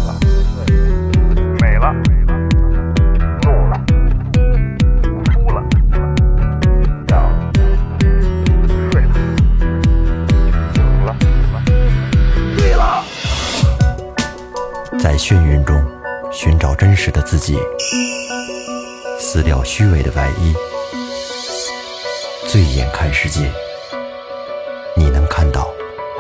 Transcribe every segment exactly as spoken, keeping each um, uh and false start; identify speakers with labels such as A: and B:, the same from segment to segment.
A: 了，美了，怒了，哭了，笑了，睡了，醒了，醉了。
B: 在眩晕中寻找真实的自己，撕掉虚伪的外衣，醉眼看世界，你能看到。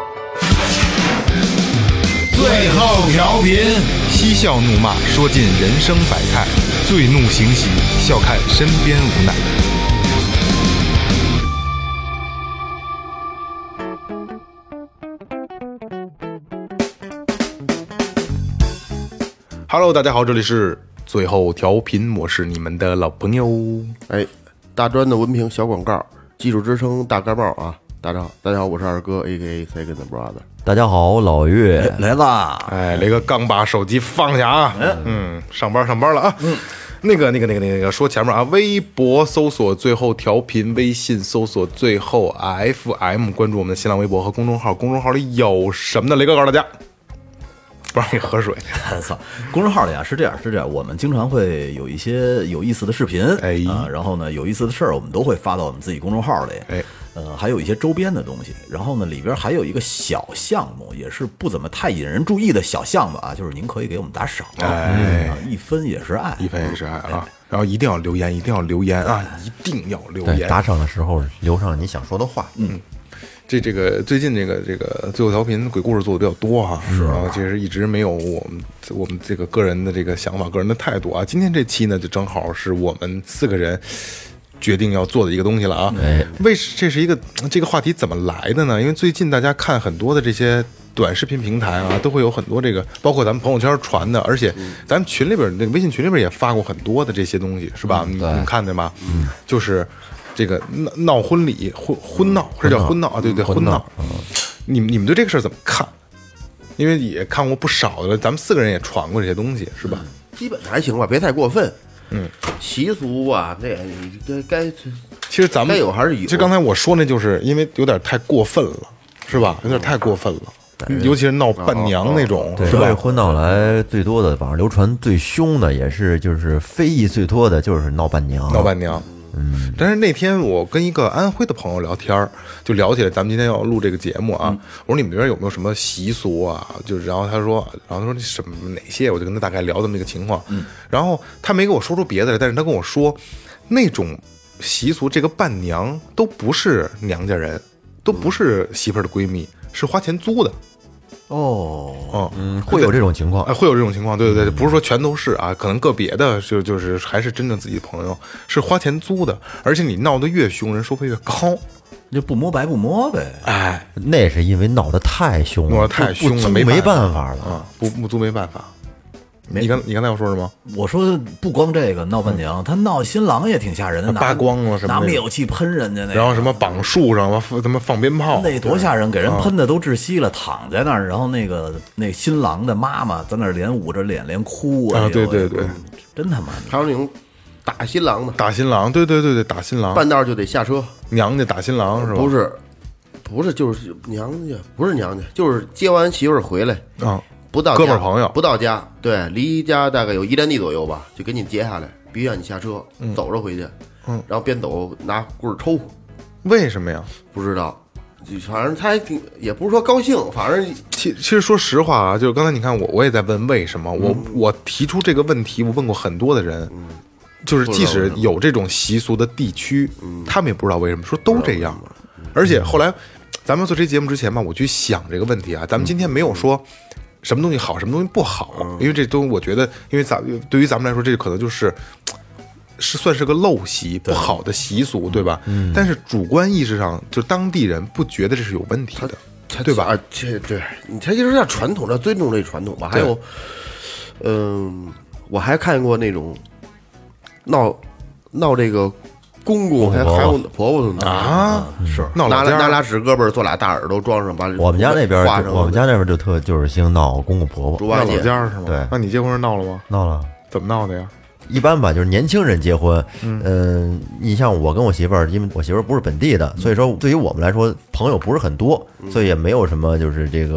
C: 最后调频，嬉笑怒骂，说尽人生百态；醉怒行喜，笑看身边无奈。Hello， 大家好，这里是最后调频，我是你们的老朋友。
D: 哎，大专的文凭小广告，技术支撑大盖帽啊！大家好，大家好，我是二哥 ，A K A Second Brother。
B: 大家好，老岳
E: 来啦！
C: 哎，雷哥刚把手机放下啊，嗯，上班上班了啊。嗯，那个那个那个那个说前面啊，微博搜索最后调频，微信搜索最后 F M， 关注我们的新浪微博和公众号，公众号里有什么呢？雷哥告诉大家。不让你喝水，
E: 操！公众号里啊是这样，是这样，我们经常会有一些有意思的视频，
C: 哎
E: 啊，然后呢有意思的事儿，我们都会发到我们自己公众号里，
C: 哎，
E: 呃，还有一些周边的东西，然后呢里边还有一个小项目，也是不怎么太引人注意的小项目啊，就是您可以给我们打赏，
C: 哎，
E: 啊，一分也是爱，
C: 一分也是爱啊，然后一定要留言，一定要留言啊，一定要留言，
B: 打赏的时候留上你想说的话，
C: 嗯。这这个最近这个这个最后调频鬼故事做的比较多哈，是，然后其实一直没有我们我们这个个人的这个想法、个人的态度啊。今天这期呢，就正好是我们四个人决定要做的一个东西了啊。为这是一个这个话题怎么来的呢？因为最近大家看很多的这些短视频平台啊，都会有很多这个，包括咱们朋友圈传的，而且咱们群里边那个微信群里边也发过很多的这些东西，是吧？你们看见吗？嗯，就是。这个闹闹婚礼婚婚闹，这叫婚闹啊，对对，婚闹。你们你们对这个事儿怎么看？因为也看过不少的，咱们四个人也传过这些东西，是吧？
D: 基本还行吧，别太过分。
C: 嗯，
D: 习俗啊，这该该，
C: 其实咱们
D: 该有还是有。
C: 其实刚才我说那就是因为有点太过分了，是吧？有点太过分了。尤其是闹伴娘那种，
B: 对，
C: 是吧？
B: 婚闹来最多的，网上流传最凶的，也是就是非议最多的，就是闹伴娘。
C: 闹伴娘。嗯，但是那天我跟一个安徽的朋友聊天，就聊起来咱们今天要录这个节目啊。嗯、我说你们这边有没有什么习俗啊？就然后他说，然后他说你什么哪些？我就跟他大概聊这么一个情况。嗯，然后他没跟我说出别的来，但是他跟我说，那种习俗，这个伴娘都不是娘家人，都不是媳妇儿的闺蜜，是花钱租的。
E: 哦，
B: 嗯，会有这种情况，
C: 哎，会有这种情况，对对对，不是说全都是啊，可能个别的就就是还是真正自己的朋友是花钱租的，而且你闹得越凶，人收费越高，
E: 就不摸白不摸呗。
C: 哎，
B: 那是因为闹得太凶了，
C: 闹得太凶了，没
B: 没办法了
C: 啊，不不租没办法。你刚你刚才要说什么？
E: 我说不光这个闹伴娘，他闹新郎也挺吓人的，
C: 扒光了什么，
E: 拿灭火器喷人家那，
C: 然后什么绑树上，他妈放鞭炮，
E: 那多吓人，给人喷的都窒息了，躺在那儿，然后那个那新郎的妈妈在那儿连捂着脸连哭
C: 啊，对对对，
E: 真他妈的。
D: 还有那种打新郎的，
C: 打新郎，对对对对，打新郎，
D: 半道就得下车，
C: 娘家打新郎是吧？
D: 不是，不是，就是娘家，不是娘家，就是接完媳妇儿回来
C: 啊。
D: 不到家
C: 哥们儿朋友
D: 不到家，对，离家大概有一连地左右吧，就给你截下来，必须让你下车，嗯、走着回去，
C: 嗯，
D: 然后边走拿棍儿抽，
C: 为什么呀？
D: 不知道，反正他还挺，也不是说高兴，反正
C: 其其实说实话啊，就是刚才你看我我也在问为什么，我、嗯、我提出这个问题，我问过很多的人，嗯、就是即使有这种习俗的地区，嗯、他们也不知道为什么，说都这样，嗯、而且后来咱们做这期节目之前吧，我去想这个问题啊，咱们今天没有说。什么东西好，什么东西不好？因为这都我觉得，因为咱对于咱们来说，这可能就是是算是个陋习，不好的习俗，对吧？嗯。但是主观意识上，就当地人不觉得这是有问题的，对吧？
D: 啊，这对你，他就是要传统，要尊重这传统吧。还有，嗯，我还看过那种闹闹这个。公公还还有婆婆呢
C: 啊，
D: 是
C: 闹
D: 拿拿俩纸胳膊做俩大耳朵装上，把
B: 我们家那边我们家那边就特就是兴闹公公婆婆，
C: 闹老家是吗？
B: 对，
C: 那你结婚时闹了吗？
B: 闹了，
C: 怎么闹的呀？
B: 一般吧，就是年轻人结婚，嗯、呃，你像我跟我媳妇儿，因为我媳妇儿不是本地的，所以说对于我们来说，朋友不是很多，所以也没有什么就是这个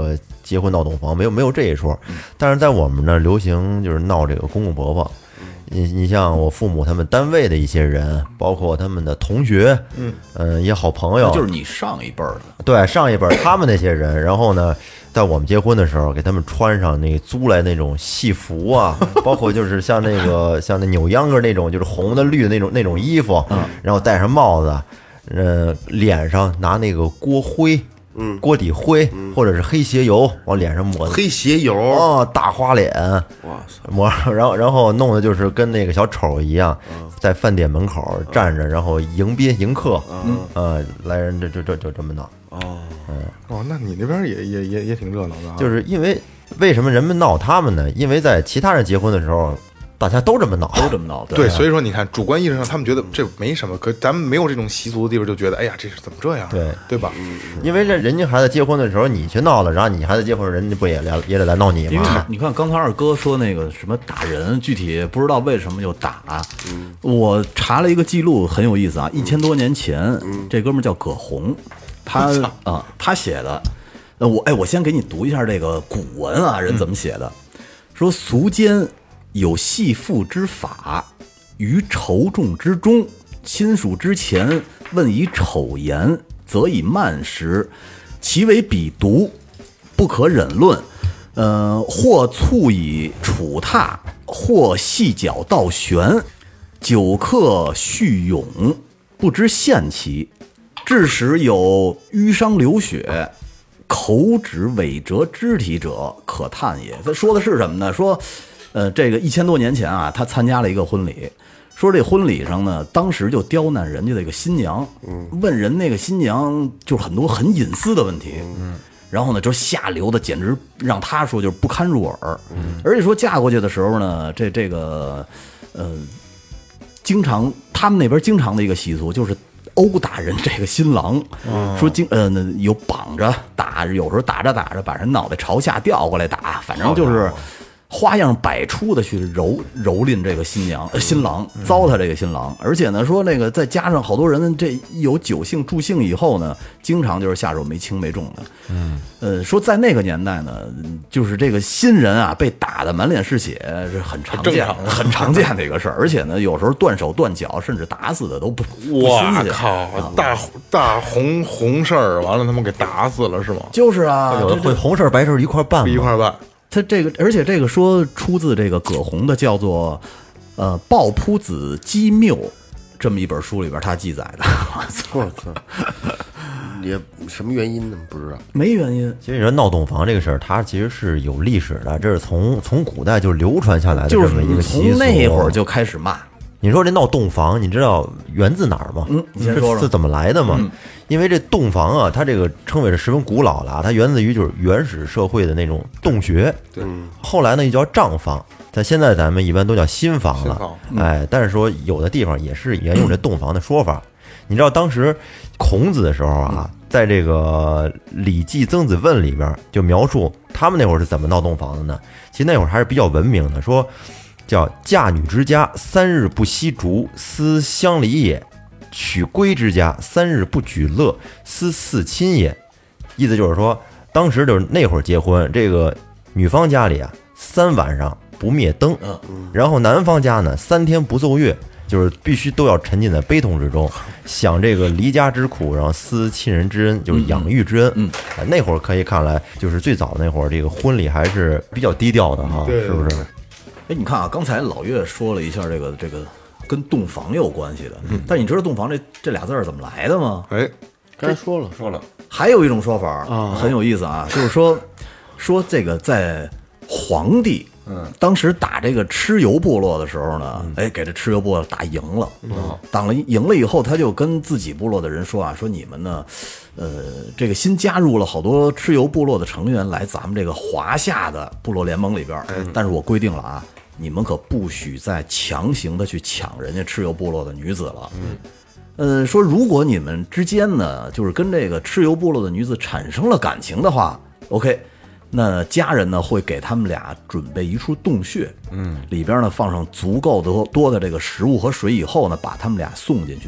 B: 结婚闹洞房，没有没有这一说。但是在我们呢，流行就是闹这个公公婆婆。你你像我父母他们单位的一些人，包括他们的同学，嗯嗯，一些好朋友，
E: 就是你上一辈儿的，
B: 对上一辈儿他们那些人，然后呢，在我们结婚的时候，给他们穿上那租来那种戏服啊，包括就是像那个像那扭秧歌那种，就是红的绿的那种那种衣服，然后戴上帽子，呃，脸上拿那个锅灰。嗯，锅底灰或者是黑鞋油往脸上抹，
D: 黑鞋油
B: 哦，大花脸，
D: 哇塞，
B: 抹，然后然后弄的就是跟那个小丑一样，在饭店门口站着，然后迎宾迎客，嗯，呃，来人这这这就这么闹，
D: 哦，
B: 嗯，
C: 哦，那你那边也也也也挺热闹的啊，
B: 就是因为为什么人们闹他们呢？因为在其他人结婚的时候。大家都这么闹，
E: 都这么闹，
C: 对，所以说你看，主观意识上他们觉得这没什么，可咱们没有这种习俗的地方，就觉得哎呀，这是怎么这样？
B: 对，
C: 对吧？
B: 因为这人家孩子结婚的时候你去闹了，然后你孩子结婚，人家不也来也得来闹你吗？
E: 因为你看刚才二哥说那个什么打人，具体不知道为什么就打。嗯，我查了一个记录，很有意思啊，一千多年前，这哥们儿叫葛洪，他啊他写的，呃我哎我先给你读一下这个古文啊，人怎么写的？说俗间。有系妇之法，于仇众之中，亲属之前，问以丑言，则以慢食，其为鄙毒，不可忍论。呃，或促以处榻，或细脚倒悬，久客续勇，不知限其，致使有淤伤流血。口指尾折肢体者，可叹也。他说的是什么呢？说。呃，这个一千多年前啊，他参加了一个婚礼，说这婚礼上呢，当时就刁难人家这个新娘，问人那个新娘就是很多很隐私的问题，嗯，然后呢，就下流的，简直让他说就是不堪入耳，嗯，而且说嫁过去的时候呢，这这个呃，经常他们那边经常的一个习俗就是殴打人这个新郎，嗯，说经呃有绑着打，有时候打着打着把人脑袋朝下掉过来打，反正就是。花样百出的去蹂蹂躏这个新娘、呃、新郎，糟蹋这个新郎，而且呢，说那个再加上好多人这有酒性助兴以后呢，经常就是下手没轻没重的。嗯，呃，说在那个年代呢，就是这个新人啊被打得满脸是血是很常见、很常见的一个事儿，而且呢，有时候断手断脚，甚至打死的都不。
C: 哇靠！大大红红事儿，完了他们给打死了是吗？
B: 就是啊，有的会红事儿白事儿一块办，
C: 一块办。
E: 他这个，而且这个说出自这个葛洪的叫做呃《抱朴子机谬》这么一本书里边，他记载的。
D: 我操！也什么原因呢？不知道，
E: 没原因。
B: 其实你说闹洞房这个事儿，它其实是有历史的，这是从从古代就流传下来的这么一个习俗。
E: 从那会儿就开始骂。
B: 你说这闹洞房，你知道源自哪儿吗？
E: 嗯，你先说说
B: 是怎么来的吗？嗯、因为这洞房啊，它这个称谓是十分古老了，它源自于就是原始社会的那种洞穴。对，后来呢又叫账房，在现在咱们一般都叫新房了。嗯、哎，但是说有的地方也是沿用这洞房的说法。你知道当时孔子的时候啊，在这个《礼记·曾子问》里边就描述他们那会儿是怎么闹洞房的呢？其实那会儿还是比较文明的，说。叫嫁女之家三日不吸烛，思乡里也；娶闺之家三日不举乐，思嗣亲也。意思就是说，当时就是那会儿结婚，这个女方家里啊，三晚上不灭灯，然后男方家呢，三天不奏乐，就是必须都要沉浸在悲痛之中，想这个离家之苦，然后思亲人之恩，就是养育之恩。嗯，嗯那会儿可以看来，就是最早那会儿，这个婚礼还是比较低调的哈，是不是？
E: 哎，你看啊，刚才老岳说了一下这个这个跟洞房有关系的，嗯，但你知道洞房这这俩字儿怎么来的吗？
C: 哎，
D: 刚才说了说了，
E: 还有一种说法啊，很有意思啊，就是说说这个在皇帝嗯当时打这个蚩尤部落的时候呢，哎，给这蚩尤部落打赢了，嗯，打了赢了以后，他就跟自己部落的人说啊，说你们呢。呃，这个新加入了好多蚩尤部落的成员来咱们这个华夏的部落联盟里边，但是我规定了啊，你们可不许再强行的去抢人家蚩尤部落的女子了。嗯，呃，说如果你们之间呢，就是跟这个蚩尤部落的女子产生了感情的话 ，OK， 那家人呢会给他们俩准备一处洞穴，嗯，里边呢放上足够多多的这个食物和水以后呢，把他们俩送进去。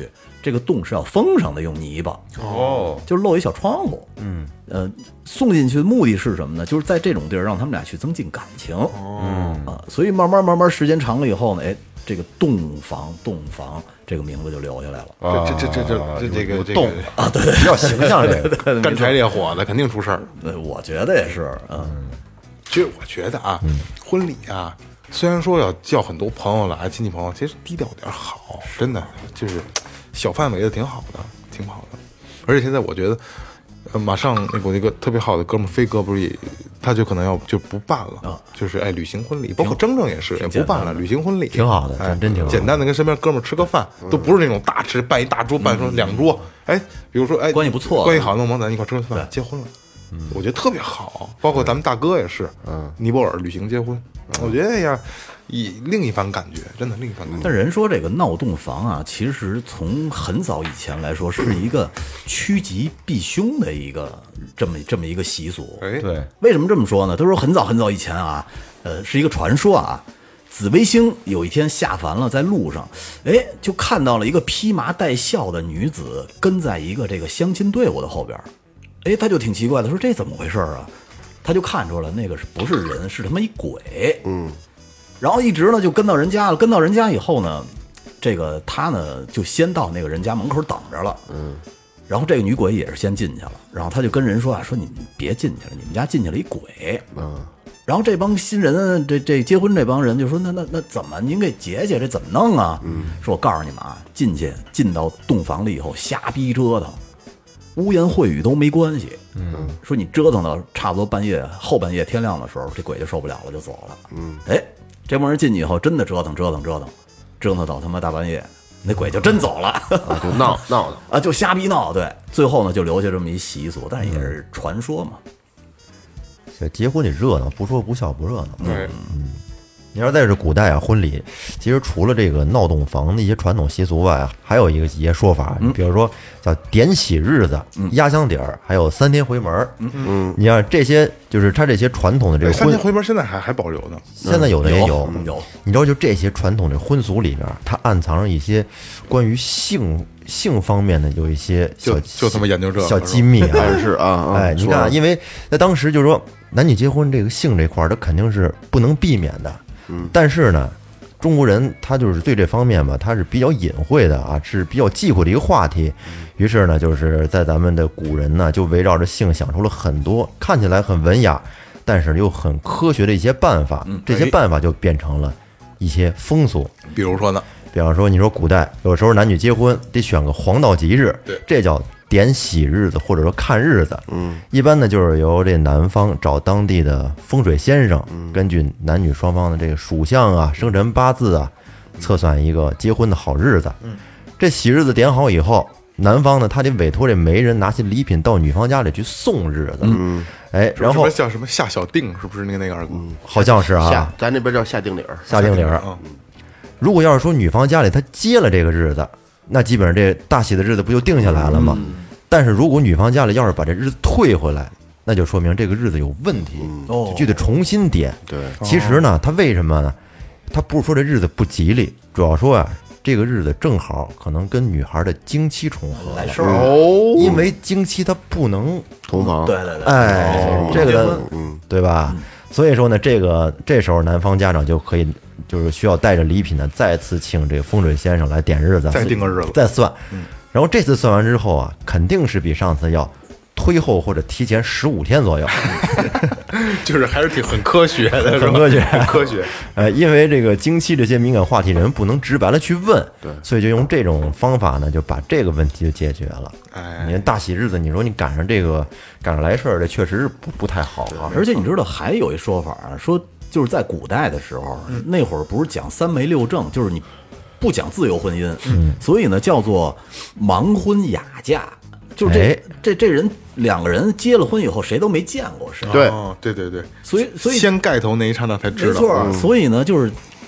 E: 这个洞是要封上的，用泥巴
B: 哦，
E: 就露一小窗户。嗯，呃，送进去的目的是什么呢？就是在这种地儿让他们俩去增进感情。哦，啊，所以慢慢慢慢时间长了以后呢，哎，这个洞房洞房这个名字就留下来了。
C: 这这这这这这个这个
B: 啊，对对，比较形象这个
C: 干柴烈火的肯定出事儿。
E: 对，我觉得也是，嗯。
C: 其实我觉得啊，婚礼啊，虽然说要叫很多朋友来，亲戚朋友，其实低调点好，真的就是小范围的挺好的，挺好的。而且现在我觉得，呃，马上那个我那个特别好的哥们儿飞哥不是也，他就可能要就不办了，就是哎旅行婚礼，包括铮铮也是也不办了，旅行婚礼
B: 挺好的，
C: 哎，
B: 真挺好，
C: 简单的跟身边哥们儿吃个饭，都不是那种大吃，办一大桌，办说两桌，哎，比如说哎
E: 关系不错，
C: 关系好，那我们咱一块吃个饭，结婚了。我觉得特别好，包括咱们大哥也是，嗯，尼泊尔旅行结婚，我觉得呀，以另一番感觉，真的另一番感觉。
E: 但人说这个闹洞房啊，其实从很早以前来说，是一个趋吉避凶的一个这么这么一个习俗。
C: 哎，
B: 对，
E: 为什么这么说呢？他说很早很早以前啊，呃，是一个传说啊。紫微星有一天下凡了，在路上，哎，就看到了一个披麻戴孝的女子跟在一个这个相亲队伍的后边。哎，他就挺奇怪的，说这怎么回事啊？他就看出了那个是不是人，是他妈一鬼。嗯，然后一直呢就跟到人家了，跟到人家以后呢，这个他呢就先到那个人家门口等着了。嗯，然后这个女鬼也是先进去了，然后他就跟人说啊，说你们别进去了，你们家进去了一鬼。嗯，然后这帮新人，这这结婚这帮人就说，那那那怎么您给解解，这怎么弄啊？嗯，说我告诉你们啊，进去进到洞房里以后瞎逼折腾。污言秽语都没关系，嗯，说你折腾到差不多半夜后半夜天亮的时候，这鬼就受不了了，就走了。嗯，哎，这帮人进去以后，真的折腾折腾折腾，折腾到他妈大半夜，那鬼就真走了，
D: 啊、就闹闹闹
E: 啊，就瞎逼闹。对，最后呢就留下这么一习俗，但是也是传说嘛。
B: 这结婚得热闹，不说不笑不热闹。
C: 对，
B: 嗯。你要再是古代啊，婚礼其实除了这个闹洞房的一些传统习俗外啊，还有一个一些说法，你比如说叫点喜日子、压箱底儿，还有三天回门。嗯，你看这些，就是他这些传统的这个婚
C: 三天回门，现在还还保留呢。
B: 现在有的也有
E: 有，
B: 你知道，就这些传统的婚俗里边，它暗藏着一些关于性性方面的有一些小
C: 就就他妈研究这
B: 小机密啊，
D: 是啊，
B: 哎，你看，因为在当时就是说男女结婚这个性这块儿，它肯定是不能避免的。但是呢，中国人他就是对这方面吧，他是比较隐晦的啊，是比较忌讳的一个话题。于是呢，就是在咱们的古人呢，就围绕着性想出了很多看起来很文雅，但是又很科学的一些办法。这些办法就变成了一些风俗。
C: 比如说呢，
B: 比方说，你说古代有时候男女结婚得选个黄道吉日，这叫点喜日子或者说看日子。嗯，一般呢就是由这男方找当地的风水先生，根据男女双方的这个属相啊、生辰八字啊，测算一个结婚的好日子。嗯，这喜日子点好以后，男方呢他得委托这媒人拿些礼品到女方家里去送日子。嗯，哎，然后
C: 叫什么下小定，是不是那个那个二哥？
B: 好像是啊，
D: 下咱那边叫下定理儿，
B: 下定理儿。如果要是说女方家里他接了这个日子，那基本上这大喜的日子不就定下来了吗？嗯，但是如果女方家里要是把这日子退回来，那就说明这个日子有问题，嗯，就得重新点。对，其实呢，他为什么呢？他不是说这日子不吉利，主要说啊，这个日子正好可能跟女孩的经期重合
E: 来事儿
B: 哦，因为经期它不能
D: 同房。
E: 对对对，
B: 哎，这个嗯，对吧？所以说呢，这个这时候男方家长就可以。就是需要带着礼品呢，再次请这个风水先生来点日子，
C: 再定个日子，
B: 再算。然后这次算完之后啊，肯定是比上次要推后或者提前十五天左右，
C: 就是还是挺很科学的，
B: 很科学，
C: 很科学。
B: 呃，因为这个经期这些敏感话题，人不能直白的去问，对，所以就用这种方法呢，就把这个问题就解决了。哎，你看大喜日子，你说你赶上这个赶上来事儿，这确实是不不太好啊。
E: 而且你知道还有一说法啊，说。就是在古代的时候，嗯、那会儿不是讲三媒六证，就是你不讲自由婚姻，嗯、所以呢叫做盲婚哑嫁，就是这、哎、这这人两个人结了婚以后谁都没见过，是吧？
C: 对、哦，对对对，
E: 所以所以
C: 掀盖头那一刹那才知道，
E: 没错。嗯、所以呢，就是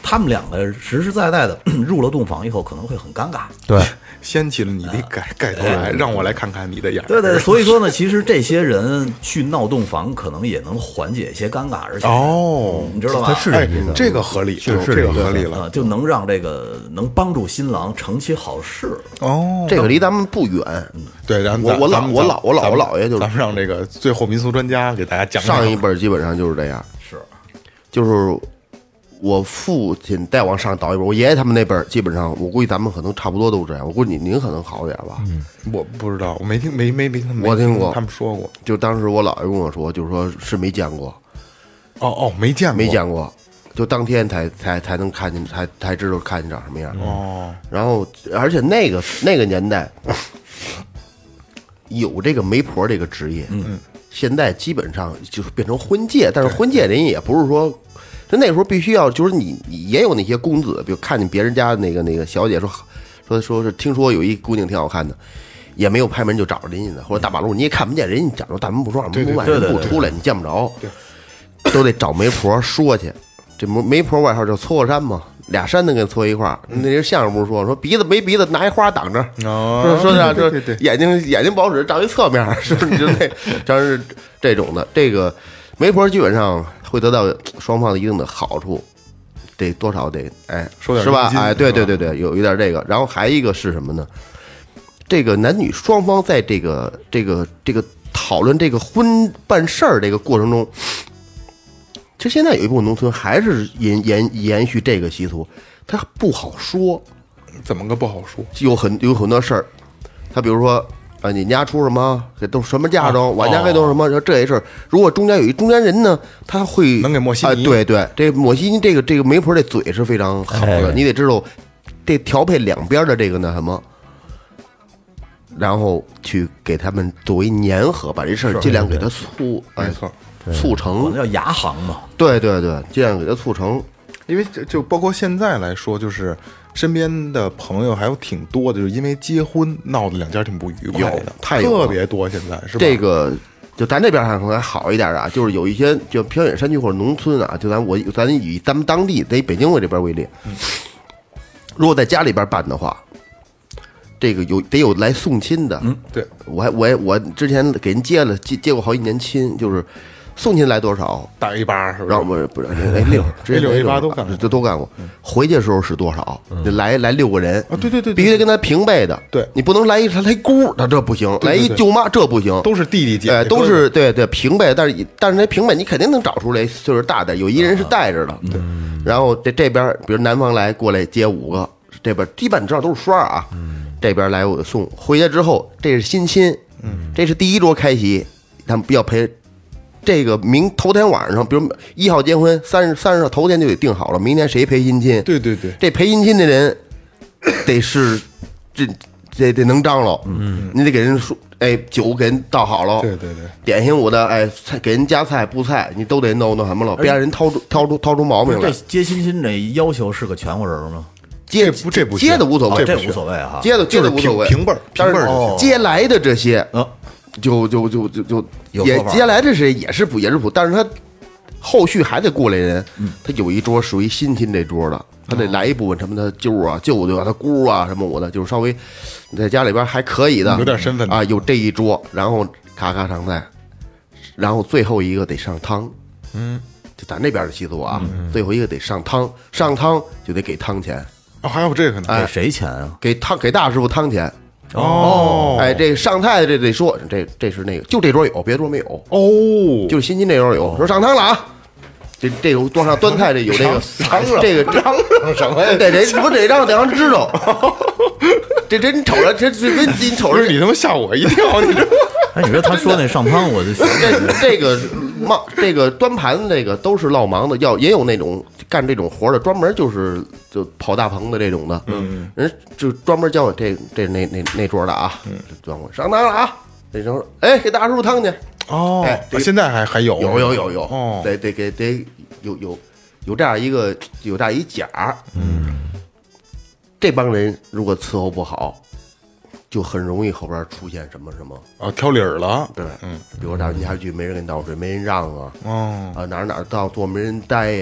E: 他们两个实实在在的入了洞房以后，可能会很尴尬。
B: 对，
C: 掀起了你的盖盖头来，让我来看看你的眼。
E: 对对，所以说呢，其实这些人去闹洞房，可能也能缓解一些尴尬，而且
C: 哦，
E: 你知道吧？
B: 他是
C: 哎
B: 这意思，
C: 这个合理，
B: 是是
C: 这个
B: 这个
C: 合理了。
E: 啊，就能让这个能帮助新郎成其好事。
C: 哦，
D: 这个离咱们不远。
C: 对，然后
D: 我我
C: 咱咱们
D: 老我老我老
C: 咱们
D: 我姥爷就是
C: 咱们让这个最后民俗专家给大家讲讲
D: 上一辈儿基本上就是这样，
E: 是，
D: 就是我父亲再往上倒一辈儿，我爷爷他们那辈儿基本上，我估计咱们可能差不多都是这样。我估计你您可能好一点吧。嗯，
C: 我不知道，我没听没没没没
D: 我听过
C: 他们说过。
D: 就当时我姥爷跟我说，就是说是没见过，
C: 哦哦，没见过，
D: 没见过，就当天才才才能看见，才才知道看见长什么样。
C: 哦，
D: 然后而且那个那个年代有这个媒婆这个职业，嗯，现在基本上就是变成婚介，但是婚介人也不是说，就那时候必须要，就是你你也有那些公子，比如看见别人家那个那个小姐说说说是听说有一姑娘挺好看的，也没有拍门就找着人家的，或者大马路你也看不见人家，讲究大门不出二门不迈，人不出来你见不着，都得找媒婆说去。这媒婆外号叫撮合山嘛，俩山能给撮一块儿。那人相声不是说说鼻子没鼻子拿一花挡着，
C: 哦
D: 说说啥说
C: 对对对
D: 眼睛眼睛不好使照一侧面，是不是就那像是这种的？这个媒婆基本上会得到双方的一定的好处，得多少得哎
C: 收点
D: 是吧？
C: 佣金
D: 哎，对对
C: 是吧
D: 对对，有有点这个。然后还一个是什么呢？这个男女双方在这个这个这个讨论这个婚办事儿这个过程中。其实现在有一部分农村还是延延延续这个习俗，他不好说，
C: 怎么个不好说？
D: 有很有很多事儿，他比如说啊，你家出什么，给都什么嫁妆，我家给都什么，这些事儿，如果中间有一中间人呢，他会
C: 能给抹稀泥
D: 啊，对对，这抹稀泥这个这个媒婆这嘴是非常好的，你得知道这调配两边的这个那什么。然后去给他们作为粘合，把这事儿尽量给他促，哎
C: 没错，
D: 促成
E: 可能，叫牙行嘛。
D: 对对对，尽量给他促成。
C: 因为就就包括现在来说，就是身边的朋友还有挺多的，就是因为结婚闹得两家挺不愉快的，
D: 太有了
C: 特别多。现在是吧？
D: 这个就咱这边还可能还好一点啊，就是有一些就偏远山区或者农村啊，就咱我咱以咱们当地在北京我这边为例，如果在家里边办的话，这个有得有来送亲的，嗯，
C: 对，
D: 我还我我之前给人接了接接过好几年亲，就是送亲来多少，
C: 打 A 八是不是？
D: 然后不是不是 A 六，之前
C: A 六 A 八都干过
D: 都都干过。回去的时候是多少？得来来六个人
C: 啊，对对对，对
D: 必须得跟他平辈的，
C: 对
D: 你不能来一来一姑，他这不行，来一舅妈这不行，
C: 都是弟弟姐姐，
D: 哎，都是对对平辈，但是但是那平辈你肯定能找出来岁数大的，有一人是带着的，对。然后这这边比如南方来过来接五个，这边基本知道都是双儿啊，这边来我送回家之后，这是新亲，嗯，这是第一桌开席，他们要陪。这个明头天晚上，比如一号结婚，三十三十号头天就得定好了，明天谁陪新亲？
C: 对对对，
D: 这陪新亲的人得是这这得能张罗，嗯，你得给人说，哎，酒给人倒好了，
C: 对对对，
D: 点心我的，哎，菜给人夹菜布菜，你都得弄弄什么了，别让人掏出掏出掏出毛病来
E: 这。接亲亲这要求是个全乎人吗？
D: 接
C: 不这不行
D: 接的无所谓，
E: 这无所谓哈。
D: 接的接的无所谓，
C: 平平辈儿
D: 但是
C: 平辈儿就
E: 行
D: 接来的这些，
E: 呃，
D: 就就就就就也
E: 有说法
D: 接下来这些也是不也是不，但是他后续还得过来人，他有一桌属于新亲这桌的，他得来一部分什么他舅啊、舅舅啊、他姑啊什么我的，就是稍微你在家里边还可以的，
C: 有点身份的
D: 啊，有这一桌，然后咔咔上菜，然后最后一个得上汤，嗯，就咱这边的习俗啊，最后一个得上汤，上汤就得给汤钱，
C: 哦，还有这个呢，
D: 哎
E: 给谁钱啊？
D: 给汤给大师傅汤钱。
C: 哦，
D: 哎，这上菜的这得说，这这是那个，就这桌有，别桌没有。
C: 哦，
D: 就是新津这桌有，说上汤了啊。这这个桌上端菜这有这个，这个
C: 嚷嚷什么呀？
D: 得得不得让得让知道。这这你瞅着，这这这你瞅着
C: 不是你他妈吓我一跳，你这
E: 哎，你说他说那上汤，我就
D: 这这个忙这个端盘子这个都是烙忙的，要也有那种干这种活的，专门就是就跑大棚的这种的，嗯，人就专门教我这这那那那桌的啊，嗯，专门上汤了啊，这时候哎给大师傅汤去，
C: 哦
D: 哎这个
C: 现在还还有
D: 有有有有，
C: 哦，
D: 得得给得有有有这样一个有这样一甲，嗯，这帮人如果伺候不好，就很容易后边出现什么什么。
C: 啊挑理儿了，
D: 对，嗯，比如到人家去没人给你倒水，没人让啊，
C: 哦，
D: 啊哪儿哪儿到坐没人待呀、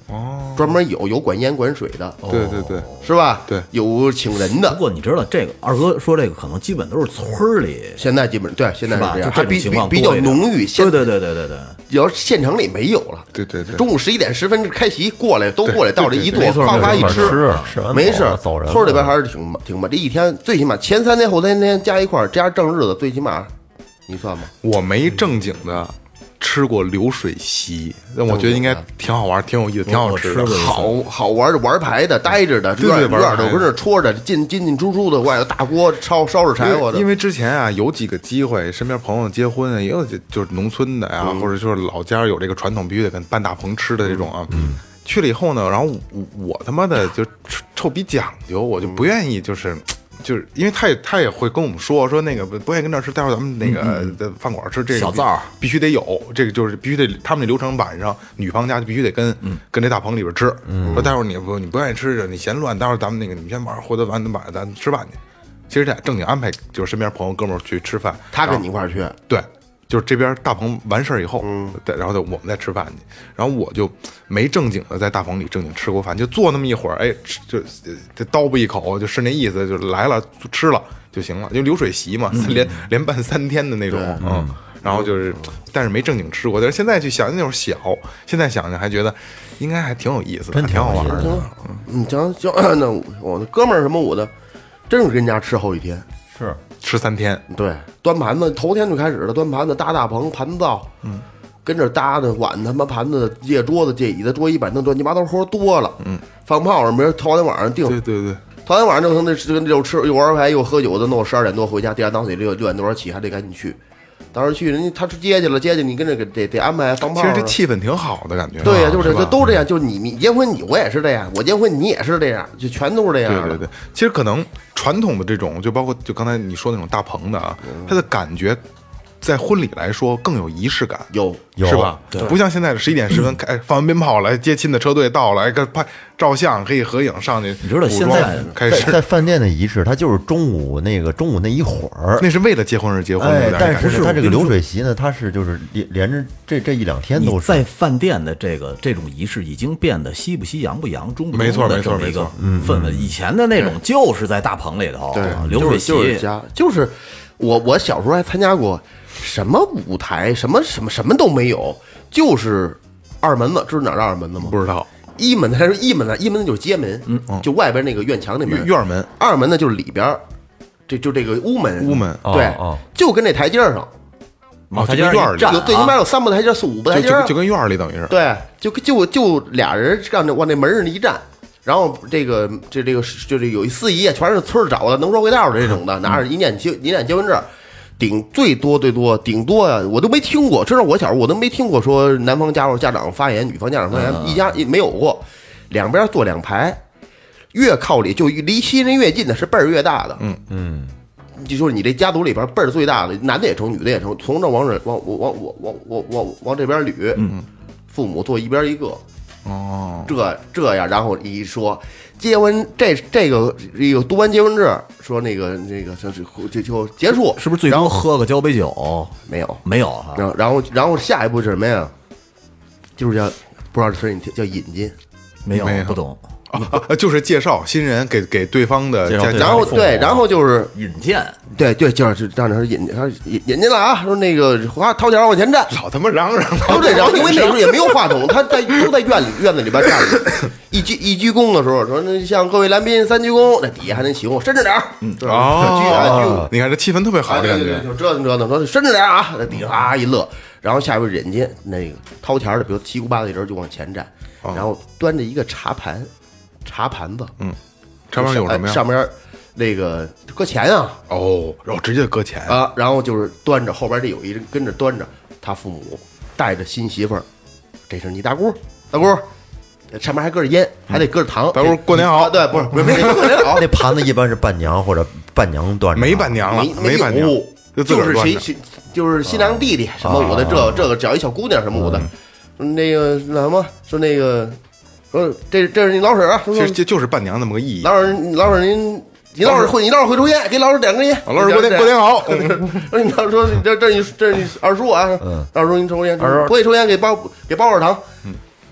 C: 哦，
D: 专门有有管烟管水的，
C: 对对对，
D: 是吧？
C: 对
D: 有请人的。
E: 不过你知道这个二哥说这个可能基本都是村儿里，
D: 现在基本对，现在
E: 是吧？
D: 这样，
E: 就
D: 还比
E: 这种情况
D: 比比较
E: 多一点
D: 浓郁。现
E: 对对对对对对，
D: 要是县城里没有了，
C: 对对对
D: 中午十一点十分开席过来，都过来到这一坐
E: 没，错
D: 夸夸一
E: 没错
D: 吃，
B: 吃完
D: 没事
B: 走了走人了
D: 村里边还是挺挺忙，这一天最起码前三天后三天加一块儿加正日子，最起码你算吧，
C: 我没正经的吃过流水席，但我觉得应该挺好玩，挺有意思，挺好吃的
E: 我。吃过一次
D: 好好玩的玩牌的，待着的，
C: 对对
D: 院院
C: 玩牌的
D: 儿都跟那戳着，进进进出出的，外头大锅烧烧着柴火的
C: 因为因。为之前啊有几个机会，身边朋友结婚啊，也有就就是农村的呀、或者就是老家有这个传统，必须得跟办大棚吃的这种啊。去了以后呢，然后我我他妈的就臭臭逼讲究，我就不愿意就是。就是因为他也他也会跟我们说说那个不不愿意跟这儿吃，待会儿咱们那个的饭馆吃这个
E: 小灶儿
C: 必须得有，这个就是必须得他们那流程晚上女方家就必须得跟、跟这大棚里边吃。说待会儿你不你不愿意吃你嫌乱，待会儿咱们那个你们先玩，或者晚晚上咱吃饭去。其实这正经安排就是身边朋友哥们儿去吃饭，
D: 他
C: 然后
D: 跟你一块儿去，
C: 对，就是这边大棚完事儿以后，嗯，然后我们再吃饭去，然后我就没正经的在大棚里正经吃过饭，就坐那么一会儿，哎，吃就就叨吧一口，就是那意思，就来了就吃了就行了，就流水席嘛，连连办三天的那种，嗯，然后就是，但是没正经吃过，但是现在去想那会儿小，现在想想还觉得应该还挺有意思的，
B: 真
C: 挺好玩的。
D: 嗯，行行，那我那哥们儿什么我的，真是跟人家吃好几天。
B: 是
C: 吃三天，
D: 对，端盘子，头天就开始了，端盘子搭大棚，盘子灶，嗯，跟这搭的碗他妈盘子借桌子借椅子桌椅板凳乱七八糟活多了，嗯，放炮什么人头天晚上定，
C: 对对对，
D: 头天晚上就成那跟又吃又玩牌又喝酒的，弄十二点多回家，第二天早上六六点多起还得赶紧去，当时去人家他吃接去了，接去你跟这个得得安排放炮，
C: 其实这气氛挺好的感觉，
D: 对呀，就是
C: 吧
D: 这都这样，就是你你结婚你我也是这样，我结婚你也是这样，就全都是这样的，
C: 对对对，其实可能传统的这种，就包括就刚才你说那种大棚的啊，它的感觉在婚礼来说更有仪式感，
D: 有
B: 有
C: 是吧？不像现在的十一点十分开放完鞭炮来接亲的车队到了，哎，个拍照相可以合影上去，
E: 你知道现在
C: 开始
B: 在在饭店的仪式，它就是中午那个中午那一会儿，
C: 那是为了结婚而结婚
B: 哎
C: 的，，
B: 但是
C: 是
B: 它这个流水席呢，它是就是连连着这这一两天
E: 你
B: 都是。
E: 在饭店的这个这种仪式已经变得西不西洋不洋中不中
C: 没错没错
E: 的这么一个
C: 没
E: 氛围。以前的那种就是在大棚里头，
D: 对
E: 啊流水席
D: 就是就是家，就是我我小时候还参加过什么舞台，什么什么什么都没有，就是二门子，知道哪儿二门子吗？
C: 不知道
D: 一门子还是一门子，一门子就是街门，嗯，就外边那个院墙那门
C: 院院门，
D: 二门呢就是里边，这就这个屋门，
C: 屋门
D: 对
B: 哦哦，
D: 就跟那台阶上，
C: 哦，
E: 台阶上
C: 就跟院儿里，
E: 站
D: 有最起码有三步台阶，四五步台阶
C: 就就，就跟院儿里等于是，
D: 对，就就就俩人让那往那门上一站，然后这个这这个就这有一司仪啊，全是村儿找的，能说会道的这种的，拿着一念结一念结婚证，顶最多最多顶多呀，我都没听过，知道我小时候我都没听过说男方家家长发言，女方家长发言，一家没有过，两边坐两排，越靠里就离新人越近的是辈儿越大的，嗯嗯。就说你这家族里边辈儿最大的，男的也成，女的也成，从这往这往往往往往往往往这边捋，嗯，父母坐一边一个，
C: 哦，
D: 这这样，然后一说结婚，这这个这个读完结婚证，说那个那个就就就结束，
E: 是不是最多喝个交杯酒？
D: 没有，
E: 没有哈，
D: 然后然后然后下一步是什么呀？就是叫不知道是你叫引进，
E: 没有
C: 没有
E: 不懂
C: 啊，就是介绍新人给给对方的家，
E: 介绍对
D: 然后
C: 父母
D: 对，然后就是
E: 引荐，
D: 对对，就是让他引他引引进了啊，说那个花掏钱往前站。
C: 老他妈嚷嚷，
D: 都这样，因为那时候也没有话筒，他在都在院里院子里边站着。一鞠一鞠躬的时候，说那向各位来宾三鞠躬，那底下还能起哄，伸着点儿，嗯，鞠啊鞠。
C: 你看这气氛特别好的感觉，
D: 就折腾折腾，说伸着点儿啊，那底下啊一乐，然后下边人家那个掏钱的，比如七姑八大人就往前站，然后端着一个茶盘，茶盘子，
C: 嗯，上面有什么呀？
D: 上面那个搁钱啊
C: 哦，然后直接搁钱，
D: 啊，然后就是端着后边这有一人跟着端着，他父母带着新媳妇儿，这是你大姑，大姑。上面还搁着烟，还得搁着糖。
C: 大姑过年好
D: 啊对，不是不是没没过年好，
B: 那盘子一般是伴娘或者伴娘端着，
C: 没伴娘了，
D: 没
C: 伴娘，
D: 有，
C: 自个
D: 就是
C: 儿端着
D: 谁谁就是新郎弟弟什么舞的，这这个找一小姑娘什么舞的，那个那什么说那个说这这是你老婶啊，
C: 其实就就是伴娘那么个意义。
D: 老婶老婶您。你老婶会，你老婶会抽烟，给老婶点根烟。
C: 老婶过年过年好。
D: 说你老说这这你这你二叔啊，二叔您抽烟，不会抽烟给包给包点糖。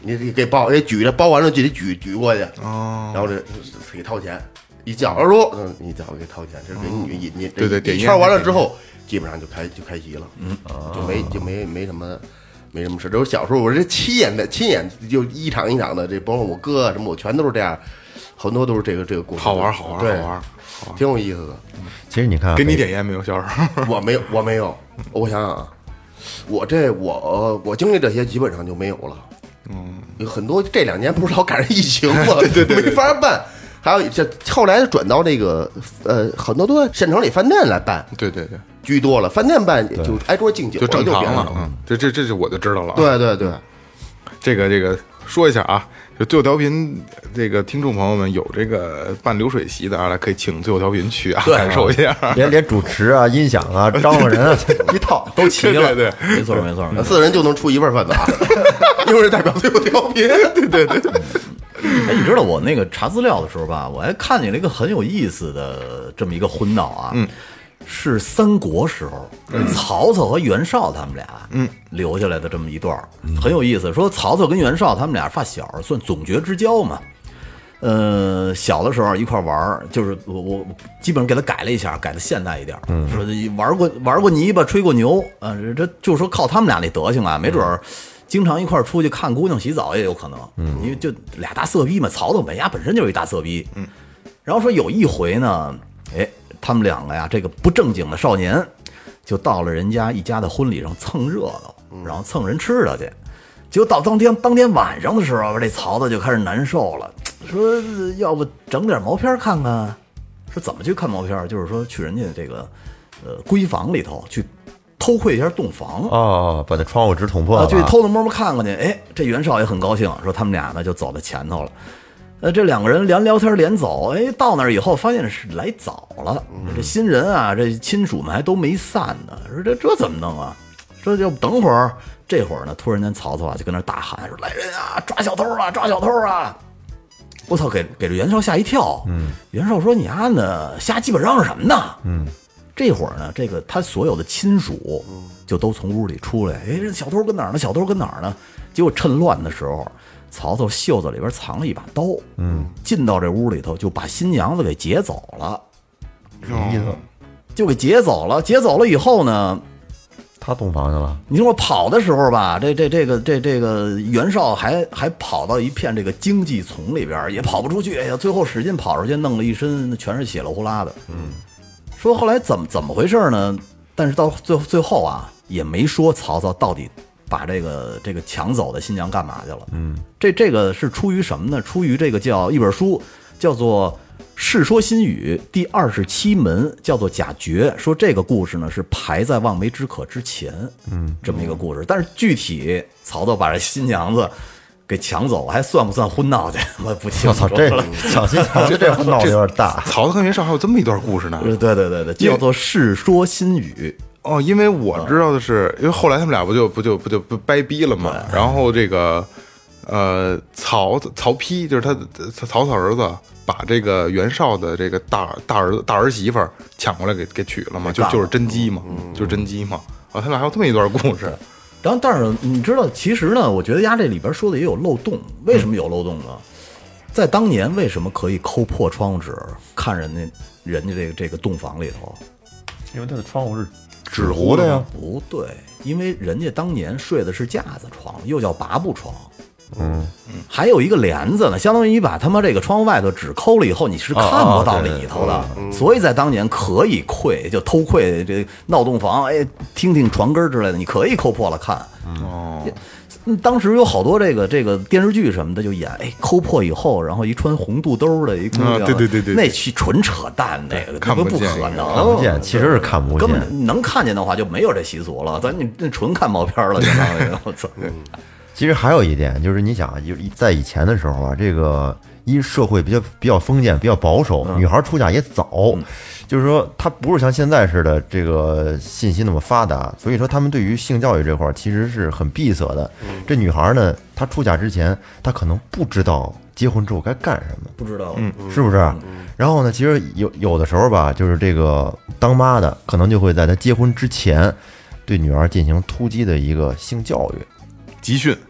D: 你给包给举着，包完了就得举举过去，
C: 哦，
D: 然后这给掏钱，一叫二叔，嗯，你叫给掏钱，这是给女引进，
C: 对对，
D: 一圈完了之后，基本上就开就开席了，嗯，就没就没没什么。没什么事，都是小时候我这亲眼的，亲眼就一场一场的，这包括我哥什么，我全都是这样，很多都是这个这个故事，
C: 好玩好玩
D: 对
C: 好玩，
D: 挺有意思的。
B: 其实你看，
C: 给你点烟没有，小时候？
D: 我没有，我没有，我想想啊，我这我我经历这些基本上就没有了。嗯，有很多这两年不是老赶上疫情吗？对对对，没法办。还有这后来转到这个呃，很多都在县城里饭店来办。
C: 对对对。
D: 居多了，饭店办就挨桌敬酒
C: 就正常了，
D: 嗯，
C: 这这这是我就知道了。
D: 对对对，
C: 这个这个说一下啊，就最后调频这个听众朋友们有这个办流水席的啊，可以请最后调频去啊，感受一下。
B: 连连主持啊、音响啊、招呼人啊一套
E: 都齐了。
C: 对对，
E: 没错没错，
D: 四人就能出一份饭的啊，因为代表最后调频。对对对。
E: 哎，你知道我那个查资料的时候吧，我还看见了一个很有意思的这么一个昏闹啊。嗯。是三国时候，曹操和袁绍他们俩，嗯，留下来的这么一段很有意思。说曹操跟袁绍他们俩发小，算总决之交嘛。呃，小的时候一块玩，就是我我基本上给他改了一下，改的现代一点。嗯，说玩过玩过泥巴，吹过牛，啊、呃，这就是说靠他们俩那德行啊，没准儿经常一块出去看姑娘洗澡也有可能。嗯，因为就俩大色逼嘛，曹操本家本身就是一大色逼。嗯，然后说有一回呢，哎。他们两个呀，这个不正经的少年，就到了人家一家的婚礼上蹭热闹，然后蹭人吃的去。结果到当天当天晚上的时候，这曹操就开始难受了，说要不整点毛片看看。说怎么去看毛片？就是说去人家这个呃闺房里头去偷窥一下洞房
B: 哦，把那窗户纸捅破了，
E: 啊，去偷偷摸摸看看去。哎，这袁绍也很高兴，说他们俩呢就走在前头了。呃，这两个人连聊天连走，哎，到那儿以后发现是来早了。这新人啊，这亲属们还都没散呢。说这这怎么弄啊？说就等会儿。这会儿呢，突然间曹操啊就跟那大喊说：“来人啊，抓小偷啊，抓小偷啊！”我操，给给这袁绍吓一跳。嗯，袁绍说：“你丫呢，瞎鸡巴嚷嚷什么呢？”嗯，这会儿呢，这个他所有的亲属就都从屋里出来。哎，这小偷跟哪儿呢？小偷跟哪儿呢？结果趁乱的时候。曹操袖子里边藏了一把刀，嗯，进到这屋里头就把新娘子给劫走了，
B: 什么意思？
E: 就给劫走了。劫走了以后呢，
B: 他洞房去了。
E: 你说我跑的时候吧，这这这个这这个袁绍还还跑到一片这个荆棘丛里边，也跑不出去。哎呀，最后使劲跑出去，弄了一身全是血了呼啦的。嗯，说后来怎么怎么回事呢？但是到最后最后啊，也没说曹操到底。把这个这个抢走的新娘干嘛去了？嗯，这这个是出于什么呢？出于这个叫一本书，叫做《世说新语》第二十七门，叫做贾绝。说这个故事呢是排在望梅止渴之前，嗯，这么一个故事。但是具体曹操把这新娘子给抢走，还算不算昏闹去？我不清楚。
B: 这抢新娘子这闹的有点大。
C: 曹操跟袁绍还有这么一段故事呢？
E: 对对对对，叫做《世说新语》。
C: 哦，因为我知道的是，因为后来他们俩不就不就不就不掰逼了嘛，然后这个呃曹曹丕就是他曹操儿子，把这个袁绍的这个大大儿子大儿媳妇抢过来给给娶了嘛，就就是甄姬嘛，就是甄姬嘛。啊，他俩还有这么一段故事。
E: 然后，但是你知道，其实呢，我觉得丫这里边说的也有漏洞。为什么有漏洞呢？在当年为什么可以抠破窗户纸看人家人家这个这个洞房里头？
B: 因为他的窗户是纸糊的呀。
E: 不对，因为人家当年睡的是架子床，又叫拔步床。嗯嗯，还有一个帘子呢，相当于你把他妈这个窗户外头纸抠了以后，你是看不到里头的。所以在当年可以窥，就偷窥这闹洞房，哎，听听床根之类的，你可以抠破了看。哦。当时有好多这个这个电视剧什么的就演，哎，抠破以后，然后一穿红肚兜的一姑娘，
C: 对对对对，
E: 那去纯扯淡，那个
C: 看不
E: 见，不可能，
B: 看不见，其实是看不见，
E: 根本能看见的话就没有这习俗了，咱你那纯看毛片了，相当于我操。
B: 其实还有一点就是，你想，就在以前的时候啊，这个一社会比较比较封建、比较保守，女孩出嫁也早。就是说，他不是像现在似的这个信息那么发达，所以说他们对于性教育这块儿其实是很闭塞的。这女孩呢，她出嫁之前，她可能不知道结婚之后该干什么，
E: 不知道，
B: 嗯，是不是？然后呢，其实有有的时候吧，就是这个当妈的可能就会在她结婚之前，对女儿进行突击的一个性教育。
C: 集训，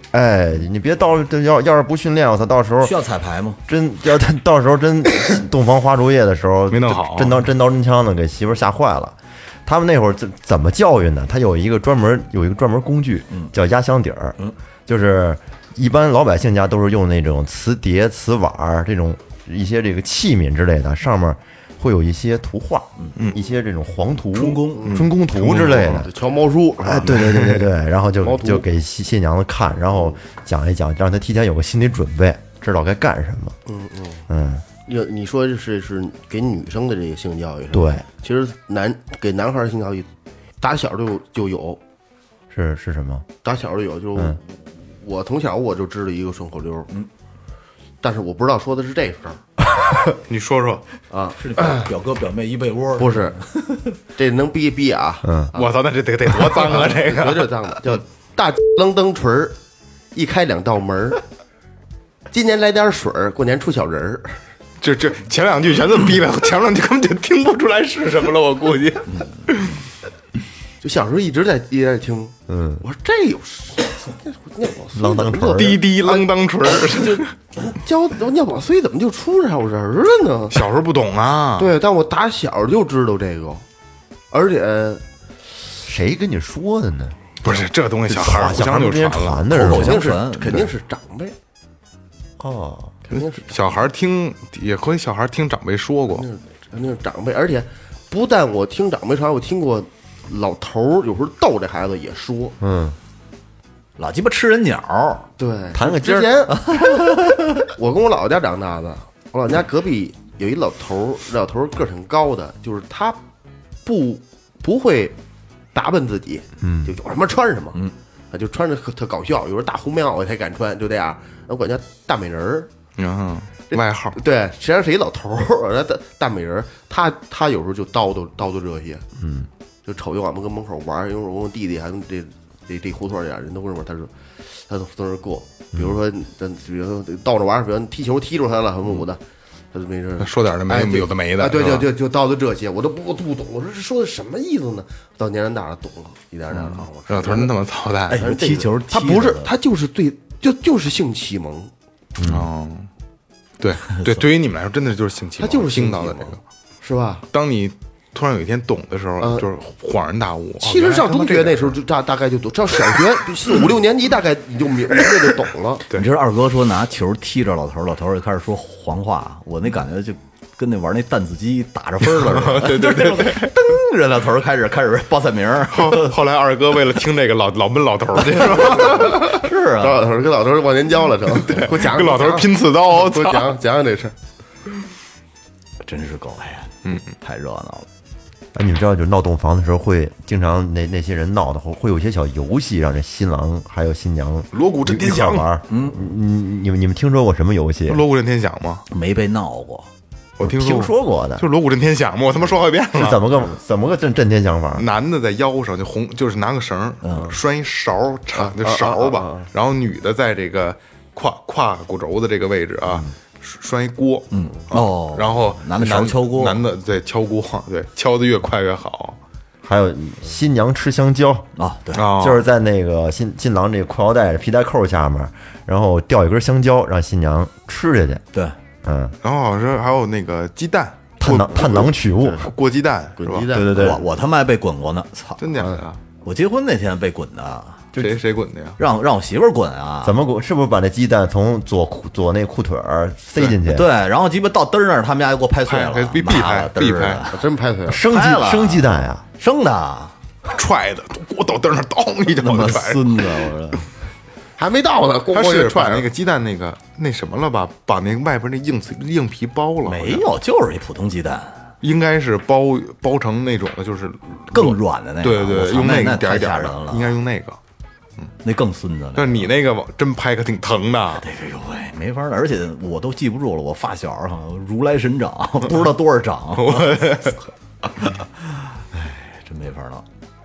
B: 哎，你别到要要是不训练，我操，到时候
E: 需要彩排吗？
B: 真要到时候真洞房花烛夜的时候
C: 没弄好
B: 真刀真刀真枪的给媳妇儿吓坏了。他们那会儿怎怎么教育呢？他有一个专门有一个专门工具，叫压箱底儿，就是一般老百姓家都是用那种瓷碟、瓷碗儿这种一些这个器皿之类的，上面会有一些图画，嗯，一些这种黄图、春宫、春宫图之类的，
D: 乔毛书，
B: 哎，对对对对对，然后就
D: 毛图
B: 就给新新娘子看，然后讲一讲，让她提前有个心理准备，知道该干什么。
D: 嗯嗯
B: 嗯，
D: 要你说这是是给女生的这个性教育，是吧
B: 对，
D: 其实男给男孩儿性教育，打小就就有，
B: 是是什么？
D: 打小就有，就、
B: 嗯
D: 我从小我就知道一个顺口溜，嗯，但是我不知道说的是这事儿，
C: 你说说，
E: 是表哥表妹一被窝，
D: 不是，这能逼逼啊，嗯，
C: 我操，那这得得多脏啊！这
D: 绝
C: 个
D: 对脏的，叫大愣蹬锤儿，一开两道门儿，今年来点水儿，过年出小人儿。
C: 这这前两句全都逼了，前两句根本就听不出来是什么了，我估计。
D: 就小时候一直在一直在听，
B: 嗯，
D: 我说这有尿宝
B: 啷当锤儿
C: 滴滴啷当锤儿，
D: 教尿宝碎怎么就出小人儿了呢？
C: 小时候不懂啊。
D: 对，但我打小就知道这个，而且
B: 谁跟你说的呢？
C: 不是这东西，小孩儿互
B: 小孩
C: 相就
B: 儿之间
C: 传了。
B: 传的是吧？
E: 口口相
D: 肯定是
E: 传
D: 肯定是长辈，
B: 哦，
D: 肯定是
C: 小孩儿听也和小孩儿听长辈说过，
D: 肯定是长辈，而且不但我听长辈传，我听过老头儿有时候逗这孩子也说，
B: 嗯，
E: 老鸡巴吃人鸟，
D: 对，
B: 弹个筋儿
D: 之前我跟我姥姥家长大的，我姥姥家隔壁有一老头儿，老头儿个儿挺高的，就是他不不会打扮自己，嗯，就有什么穿什么，嗯，就穿着特特搞笑，有时候大红棉袄才敢穿，就这样。我管叫大美人儿，
C: 嗯，外号。
D: 对，实际上是一老头儿，那大大美人儿，他他有时候就叨叨叨叨这些，嗯，就瞅见我们跟门口玩儿，因为我跟我弟弟还跟这这这胡同里人都跟那他说他都从那儿过，比如说咱比如说倒着玩儿，比如踢球踢住他了什么的，他就没事
C: 说点儿的没
D: 哎对
C: 有的没的
D: 啊，对
C: 是吧
D: 对对，就叨叨这些，我都不我都不懂，我说这说的什么意思呢？到年龄大了懂了，一点点的啊，我
C: 这老头儿真他妈操蛋。
E: 哎，踢球
D: 他不是
E: 踢的
D: 他就是对就就是性启蒙，
C: 哦，对对，对于你们来说，真的就是性启蒙，
D: 他就是性启蒙
C: 听到的这个。
D: 是吧？
C: 当你突然有一天懂的时候，
D: 嗯
C: 就是恍然大悟。哦
D: 其实上中学那时
C: 候，
D: 候就大大概就懂，上小学四五六年级大概你就明明白就懂了。
C: 对
E: 你知道二哥说拿球踢着老头儿，老头儿就开始说黄话，我那感觉就跟那玩那弹子机打着分儿了似的。
C: 对对对对。
E: 噔，人老头儿开始开始报菜名儿。
C: 后后来二哥为了听这个老老闷老头儿去是吧？
E: 是啊，
D: 找老头儿跟老头儿忘年交了，成给我讲
C: 跟老头儿拼刺刀，操
D: 给我讲讲讲这事儿。
E: 真是够呀，嗯，太热闹了。
B: 哎，你们知道，就闹洞房的时候会经常那那些人闹的，会会有一些小游戏，让这新郎还有新娘
C: 锣鼓震天
B: 一块儿
C: 响
B: 玩儿。嗯，你你们你们听说过什么游戏？
C: 锣鼓震天响吗？
E: 没被闹过，
C: 我听
B: 听说过的
C: 就是锣鼓震天响嘛，我他妈说好几遍了。
B: 是怎么个怎么个震震天响法？
C: 男的在腰上就红，就是拿个绳儿拴一勺长的勺吧，然后女的在这个胯胯骨轴的这个位置啊，拴一锅，嗯
E: 哦
C: 然后
E: 拿那勺敲锅
C: 男的对敲锅，对敲的越快越好
B: 还有新娘吃香蕉
E: 啊，对，
C: 啊，
B: 就是在那个新新郎这个裤腰带皮带扣下面，然后掉一根香蕉，让新娘吃下去。
E: 对，
B: 嗯，
C: 然后好像还有那个鸡蛋，
B: 探囊探囊取物。
C: 过鸡蛋是吧
D: 滚？鸡蛋，
B: 对对对
E: 我，我他妈还被滚过呢，操！
C: 真假的啊？
E: 我结婚那天被滚的，
C: 谁谁滚的呀？
E: 让让我媳妇儿滚啊！
B: 怎么滚？是不是把那鸡蛋从左裤左那裤腿儿塞进去？，
E: 对，然后鸡巴到嘚儿那儿，他们家就给我拍碎了
C: 拍，必必拍
E: 妈的嘚儿
C: 必拍
E: 的
D: 我真拍腿了。
B: 生
E: 拍了
B: 鸡生鸡蛋呀？
E: 生的，
C: 踹的，锅倒凳上咚一脚
E: 他妈
C: 就踹上。
E: 孙子！我说
D: 还没到呢，咣
C: 他
D: 咣就是踹上
C: 把那个鸡蛋那个那什么了吧？把那外边那硬皮硬皮剥了？
E: 没，有，就是一普通鸡蛋，
C: 应该是包包成那种的，就是
E: 更软的那个。
C: 对对对，
E: 我操
C: 用个一
E: 那那太
C: 点一点的，
E: 吓人了，
C: 应该用那个。
E: 那更孙子了。
C: 但是你那个往真拍可挺疼的。
E: 哎呦喂，没法儿了，而且我都记不住了，我发小好像如来神掌，不知道多少掌。哎，真没法儿了。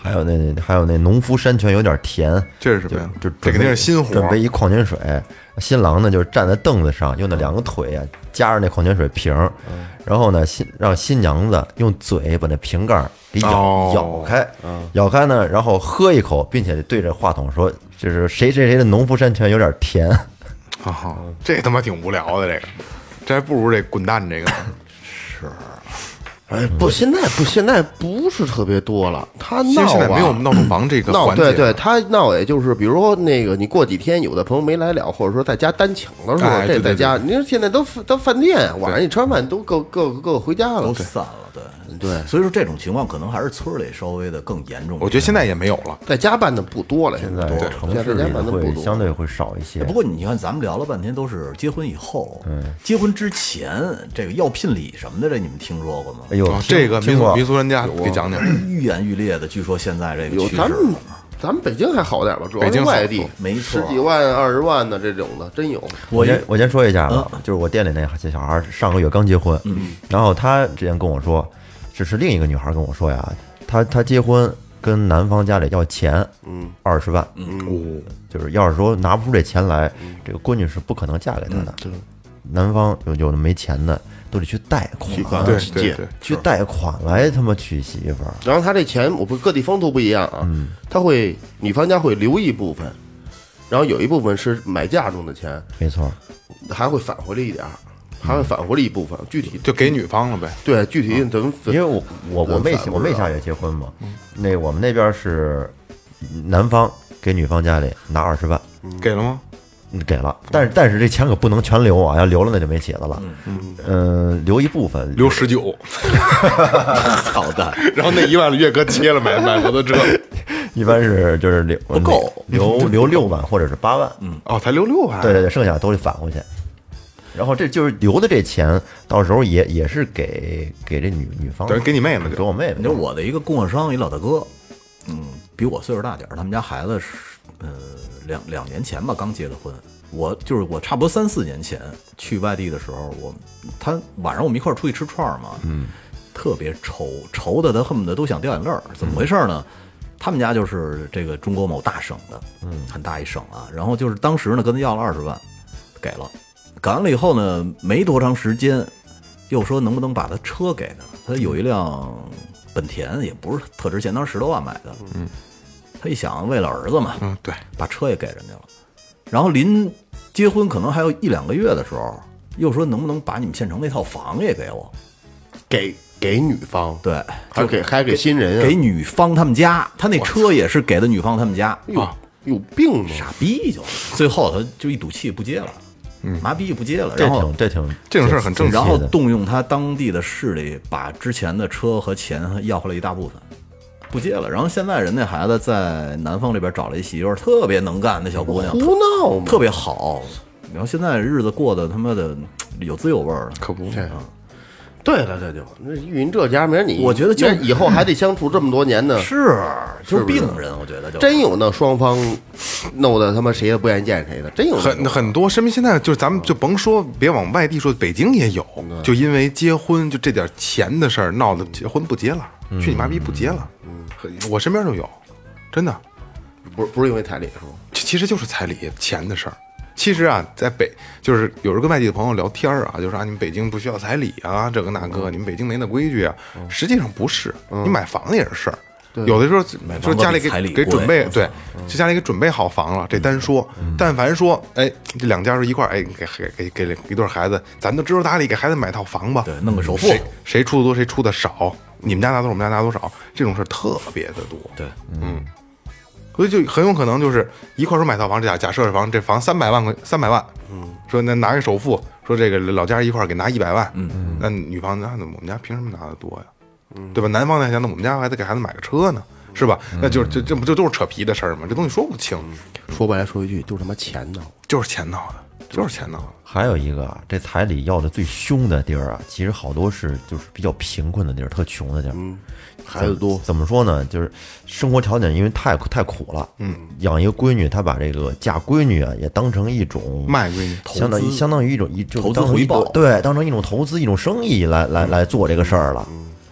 B: 还有那还有那农夫山泉有点甜，
C: 这是什么呀？
B: 就
C: 这肯定是新活。
B: 准备一矿泉水，新郎呢就是站在凳子上，用那两个腿啊夹着那矿泉水瓶，然后呢新让新娘子用嘴把那瓶盖给咬、
C: 哦、
B: 咬开，咬开呢，然后喝一口，并且对着话筒说，就是谁谁谁的农夫山泉有点甜。
C: 啊，这他妈挺无聊的，这个，这还不如这滚蛋这个。
D: 是。哎，不，现在不，现在不是特别多了。他闹啊，
C: 现在没有闹洞房这个环节。
D: 对对，他闹也就是，比如说那个，你过几天有的朋友没来了，或者说在家单请的时候，
C: 哎、
D: 这在家，你说现在都都饭店，晚上一吃完饭都各各各回家了，
E: 都散了。对
D: 对，
E: 所以说这种情况可能还是村里稍微的更严重。
C: 我觉得现在也没有了，
D: 在家办的不多了，
B: 现在城
D: 在
B: 市里
D: 办的
B: 会相对会少一些。
E: 不过你看，咱们聊了半天都是结婚以后，嗯，结婚之前这个要聘礼什么的，这你们听说过吗？
B: 哎呦，
C: 哦、这个民俗民俗专家给讲讲，
E: 愈演愈烈的。据说现在这个
D: 有咱们咱们北京还好点吧，主要是外地，
E: 没错，
D: 十几万、二十万的这种的真有。
B: 我先我先说一下吧，就是我店里那这小孩上个月刚结婚，嗯，然后他之前跟我说。这是另一个女孩跟我说呀，她她结婚跟男方家里要钱，嗯，二十万，嗯，哦，就是要是说拿不出这钱来，这个闺女是不可能嫁给他的。
D: 对，
B: 男方有有的没钱的，都得去贷款，
C: 对对对，
B: 去贷款来他妈娶媳妇儿。
D: 然后他这钱，我不各地风俗不一样啊，嗯，他会女方家会留一部分，然后有一部分是买嫁妆的钱，
B: 没错，
D: 还会返回来一点儿。还会返回了一部分，具体
C: 就给女方了呗。
D: 对，具体怎么分？
B: 因为我我我妹我妹下月结婚嘛，那我们那边是男方给女方家里拿二十万，
C: 给了吗？
B: 给了，但是但是这钱可不能全留啊，要留了那就没起子了。嗯嗯，留一部分，
C: 留十九，
E: 操蛋！
C: 然后那一万岳哥切了买买摩托车，
B: 一般是就是留
E: 不够，
B: 留留六万或者是八万。
C: 嗯，哦，才留六万。
B: 对对对，剩下都得返回去。然后这就是留的这钱，到时候也也是给给这女女方，
C: 等于给你妹妹，
B: 给我妹妹。
E: 你说我的一个供货商，一老大哥，嗯，比我岁数大点儿，他们家孩子是呃两两年前吧刚结的婚。我就是我差不多三四年前去外地的时候，我他晚上我们一块儿出去吃串儿嘛，嗯，特别愁愁的他恨不得都想掉眼泪儿。怎么回事呢？他们家就是这个中国某大省的，嗯，很大一省啊。然后就是当时呢跟他要了二十万，给了。赶完了以后呢，没多长时间，又说能不能把他车给他？他有一辆本田，也不是特值钱，当时十多万买的。嗯，他一想，为了儿子嘛，
C: 嗯，对，
E: 把车也给人家了。然后临结婚可能还有一两个月的时候，又说能不能把你们县城那套房也给我？
D: 给给女方，
E: 对，
D: 还给还给新人、
E: 啊，给女方他们家，他那车也是给的女方他们家。
D: 啊，有病吗？
E: 傻逼就，最后他就一赌气不接了。嗯，麻痹不接了，
B: 然后这挺
C: 这种事儿很正常，
E: 然后动用他当地的势力，把之前的车和钱要回来一大部分，不接了。然后现在人那孩子在南方这边找了一媳妇儿，特别能干的小姑娘，
D: 胡闹，
E: 特别好。然后现在日子过得他妈的有滋有味儿，
C: 可不
E: 啊。
D: 对了，这就那玉云这家没人你，
E: 我觉得就
D: 以后还得相处这么多年呢，
E: 是就是病人，我觉得就
D: 真有那双方弄得他妈谁也不愿意见谁的，真有
C: 很很多身边现在就是咱们就甭说别往外地说，北京也有，就因为结婚就这点钱的事儿闹得结婚不结了，去你妈逼不结了，嗯，我身边就有，真的，
D: 不是不是因为彩礼是吧？
C: 其实就是彩礼钱的事儿。其实啊，在北就是有时候跟外地的朋友聊天啊，就说啊，你们北京不需要彩礼啊，这个那个，你们北京没那规矩啊。实际上不是，你买房子也是事儿。有的时候说家里给给准备，对，就家里给准备好房了，这单说。但凡说，哎，这两家说一块儿，哎，给给给给一对孩子，咱都知道打理，给孩子买套房吧，
E: 对，弄个首付，
C: 谁谁出的多，谁出的少，你们家拿多少，我们家拿多少，这种事儿特别的多。
E: 对，
C: 嗯。所以就很有可能就是一块说买套房，假假设房这房三百万块三百万，嗯，说那拿个首付，说这个老家一块给拿一百万，嗯嗯，那女方那我们家凭什么拿的多呀？嗯，对吧？男方在想，那我们家还得给孩子买个车呢，是吧？那就这这不就都是扯皮的事儿吗？这东西说不清，
D: 说白了说一句，就是他妈钱闹，
C: 就是钱闹的，就是钱闹的。
B: 还有一个啊，这彩礼要的最凶的地儿啊，其实好多是就是比较贫困的地儿，特穷的地儿。嗯，
D: 孩子多，
B: 怎么说呢？就是生活条件因为太太苦了。嗯，养一个闺女，他把这个嫁闺女啊，也当成一种
C: 卖闺女，
B: 相当于相当于一种一
E: 投资回报，
B: 对，当成一种投资，一种生意来来来做这个事儿了。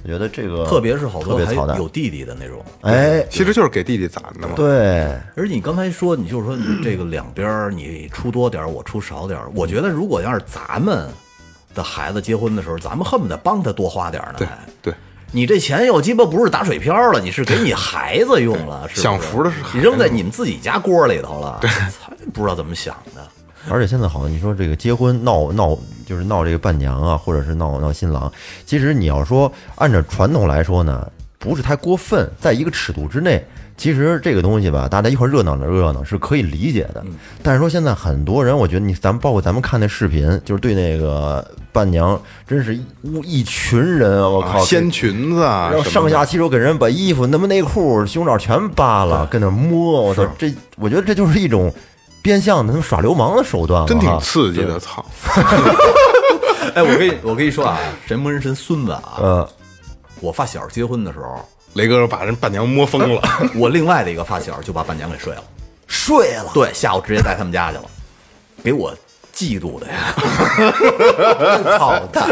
B: 我觉得这个
E: 特别是好多还
B: 特别操蛋
E: 有弟弟的那种。
B: 哎，
C: 其实就是给弟弟攒的嘛。
B: 对，
E: 而且你刚才说，你就是说你这个两边儿你出多点儿，我出少点儿。我觉得如果要是咱们的孩子结婚的时候，咱们恨不得帮他多花点儿呢。
C: 对对，
E: 你这钱又鸡巴不是打水漂了，你是给你孩子用了，是不是？
C: 享福的是孩子
E: 你扔在你们自己家锅里头了，才不知道怎么想的。
B: 而且现在好像你说这个结婚闹闹就是闹这个伴娘啊，或者是闹闹新郎，其实你要说按照传统来说呢，不是太过分，在一个尺度之内。其实这个东西吧，大家一块热闹的热闹是可以理解的。但是说现在很多人，我觉得你咱们包括咱们看那视频，就是对那个伴娘，真是一一群人，我靠，
C: 啊掀裙子啊，
B: 然后上下其手给人把衣服、那么内裤、胸罩全扒了，跟那摸，我操，这我觉得这就是一种变相的他们耍流氓的手段了，
C: 真挺刺激的，操！
E: 哎，我跟你我跟你说啊，神不人神孙子啊，
B: 呃，
E: 我发小结婚的时候，
C: 雷哥把人伴娘摸疯了，
E: 我另外的一个发小就把伴娘给睡了，
B: 睡了，
E: 对，下午直接带他们家去了，给我嫉妒的呀！
B: 操蛋！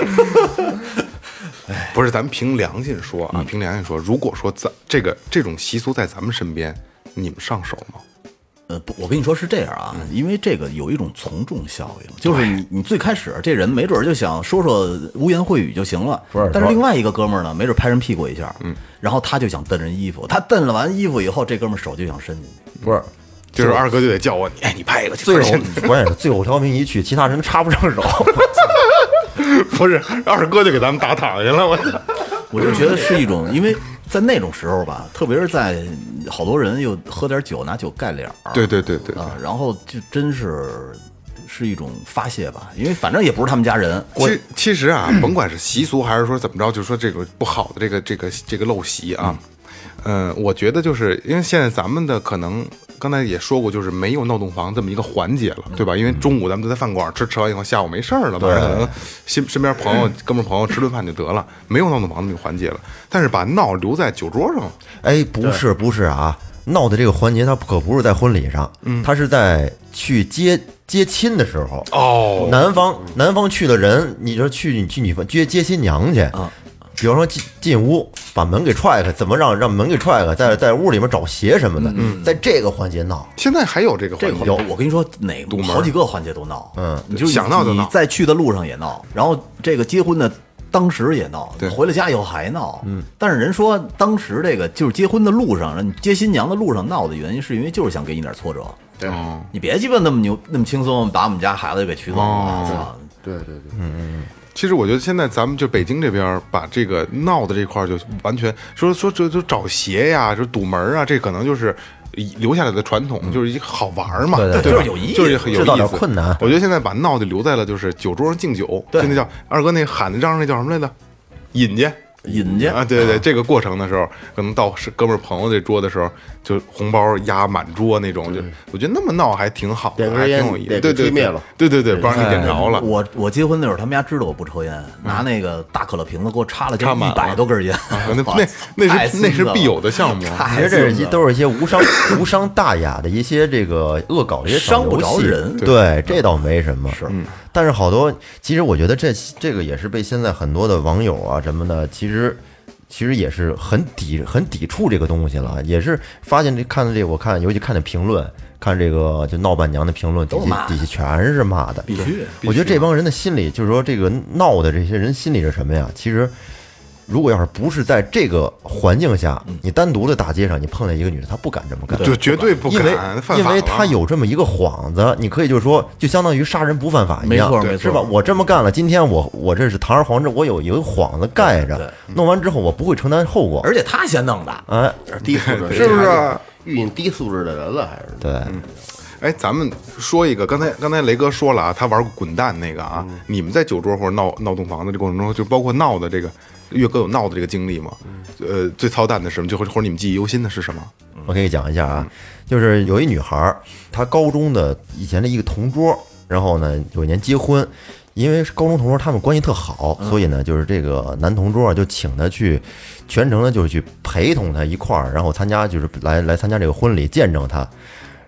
C: 不是，咱们凭良心说啊，凭良心说，如果说咱这个这种习俗在咱们身边，你们上手吗？
E: 呃，不，我跟你说是这样啊，因为这个有一种从众效应，就是你你最开始这人没准就想说说污言秽语就行了，
B: 不是
E: 但是另外一个哥们儿呢，没准拍人屁股一下，嗯，然后他就想蹬人衣服，他蹬了完衣服以后，这哥们儿手就想伸进去，
B: 不是，
C: 这时候二哥就得叫我你，哎，你拍一个去。
B: 最后关键是最后调频一去，其他人插不上手。
C: 不是二哥就给咱们打躺下了，我操！
E: 我就觉得是一种，因为在那种时候吧，特别是在好多人又喝点酒，拿酒盖脸儿，
C: 对对对对对
E: 啊，然后就真是是一种发泄吧，因为反正也不是他们家人，
C: 其实其实啊，甭管是习俗还是说怎么着，就是说这个不好的这个这个这个陋习啊，嗯，我觉得就是因为现在咱们的可能刚才也说过，就是没有闹洞房这么一个环节了，对吧？因为中午咱们都在饭馆吃，吃完以后下午没事儿了，晚上可能身身边朋友、哥们儿朋友吃顿饭就得了，没有闹洞房这么一个环节了。但是把闹留在酒桌上，
B: 哎，不是不是啊，闹的这个环节，它可不是在婚礼上，它是在去接接亲的时候。
C: 哦，
B: 男方男方去的人，你说去你去女方接接新娘去啊。比方说进进屋把门给踹开，怎么让让门给踹开，在在屋里面找鞋什么的，在这个环节闹。
C: 现在还有这个环节，
E: 这个有，我跟你说，哪好几个环节都闹，
B: 嗯，
E: 你就
C: 想闹就闹
E: 你在去的路上也闹，然后这个结婚的当时也闹，
C: 对
E: 回了家以后还闹，嗯，但是人说当时这个就是结婚的路上，你接新娘的路上闹的原因，是因为就是想给你点挫折，
D: 对，
E: 你别鸡巴那么牛那么轻松把我们家孩子给娶走了，操！
D: 对对对，
B: 嗯嗯。
C: 其实我觉得现在咱们就北京这边把这个闹的这块就完全说说这就找鞋呀，就堵门啊，这可能就是留下来的传统，就是一个好玩嘛，
B: 对对
C: 对吧？
E: 就是有意义
C: 就是很有
B: 制造
C: 意思。
B: 点困难
C: 我觉得现在把闹就留在了就是酒桌上敬酒，就那叫二哥那喊的嚷那叫什么来着？引去。
E: 引去
C: 啊，对对对，这个过程的时候，可能到是哥们儿朋友这桌的时候，就红包压满桌那种，就我觉得那么闹还挺好的，
D: 点根烟
C: 还挺有意思。
D: 得
C: 对对对
D: 给吹灭了，
C: 对对对，不让你点着了。
E: 我我结婚那会儿，他们家知道我不抽烟，拿那个大可乐瓶子给我插了将
C: 插满了
E: 一百多根烟，
C: 啊那那那
E: 太孙子
C: 是那是必有的项目。
B: 其实这是一都是一些无伤无伤大雅的一些这个恶搞的一些小
E: 伤不着
B: 游戏
E: 人
B: 对，这倒没什么。
E: 是，
B: 但是好多其实我觉得这这个也是被现在很多的网友啊什么的，其实其实也是很抵很抵触这个东西了，也是发现这看的这个，我看尤其看的评论，看这个就闹伴娘的评论，底下
E: 都骂
B: 底下全是骂的。
E: 必须
B: 我觉得这帮人的心理，就是说这个闹的这些人心里是什么呀？其实。如果要是不是在这个环境下，你单独的大街上，你碰见一个女的，她不敢这么干，
C: 就绝对不
B: 因为
C: 敢犯法了，
B: 因为她有这么一个幌子，你可以就是说，就相当于杀人不犯法一样，
E: 没错没错
B: 是吧？我这么干了，今天我我这是堂而皇之，我有有一个幌子盖
E: 对
B: 着，弄完之后我不会承担后果，
E: 而且他先弄的，
B: 哎，
D: 低素质
C: 是不是
D: 遇见低素质的人了？还是
B: 对，
C: 哎，咱们说一个，刚才刚才雷哥说了啊，他玩过滚蛋那个啊，你们在酒桌或者闹闹洞房的这过程中，就包括闹的这个岳哥有闹的这个经历吗？呃，最操蛋的是什么？就或者或者你们记忆犹新的是什么？
B: 我给你讲一下啊，就是有一女孩儿，她高中的以前的一个同桌，然后呢有一年结婚，因为高中同桌他们关系特好，所以呢就是这个男同桌啊就请她去，全程呢就是去陪同她一块儿，然后参加就是来来参加这个婚礼，见证她。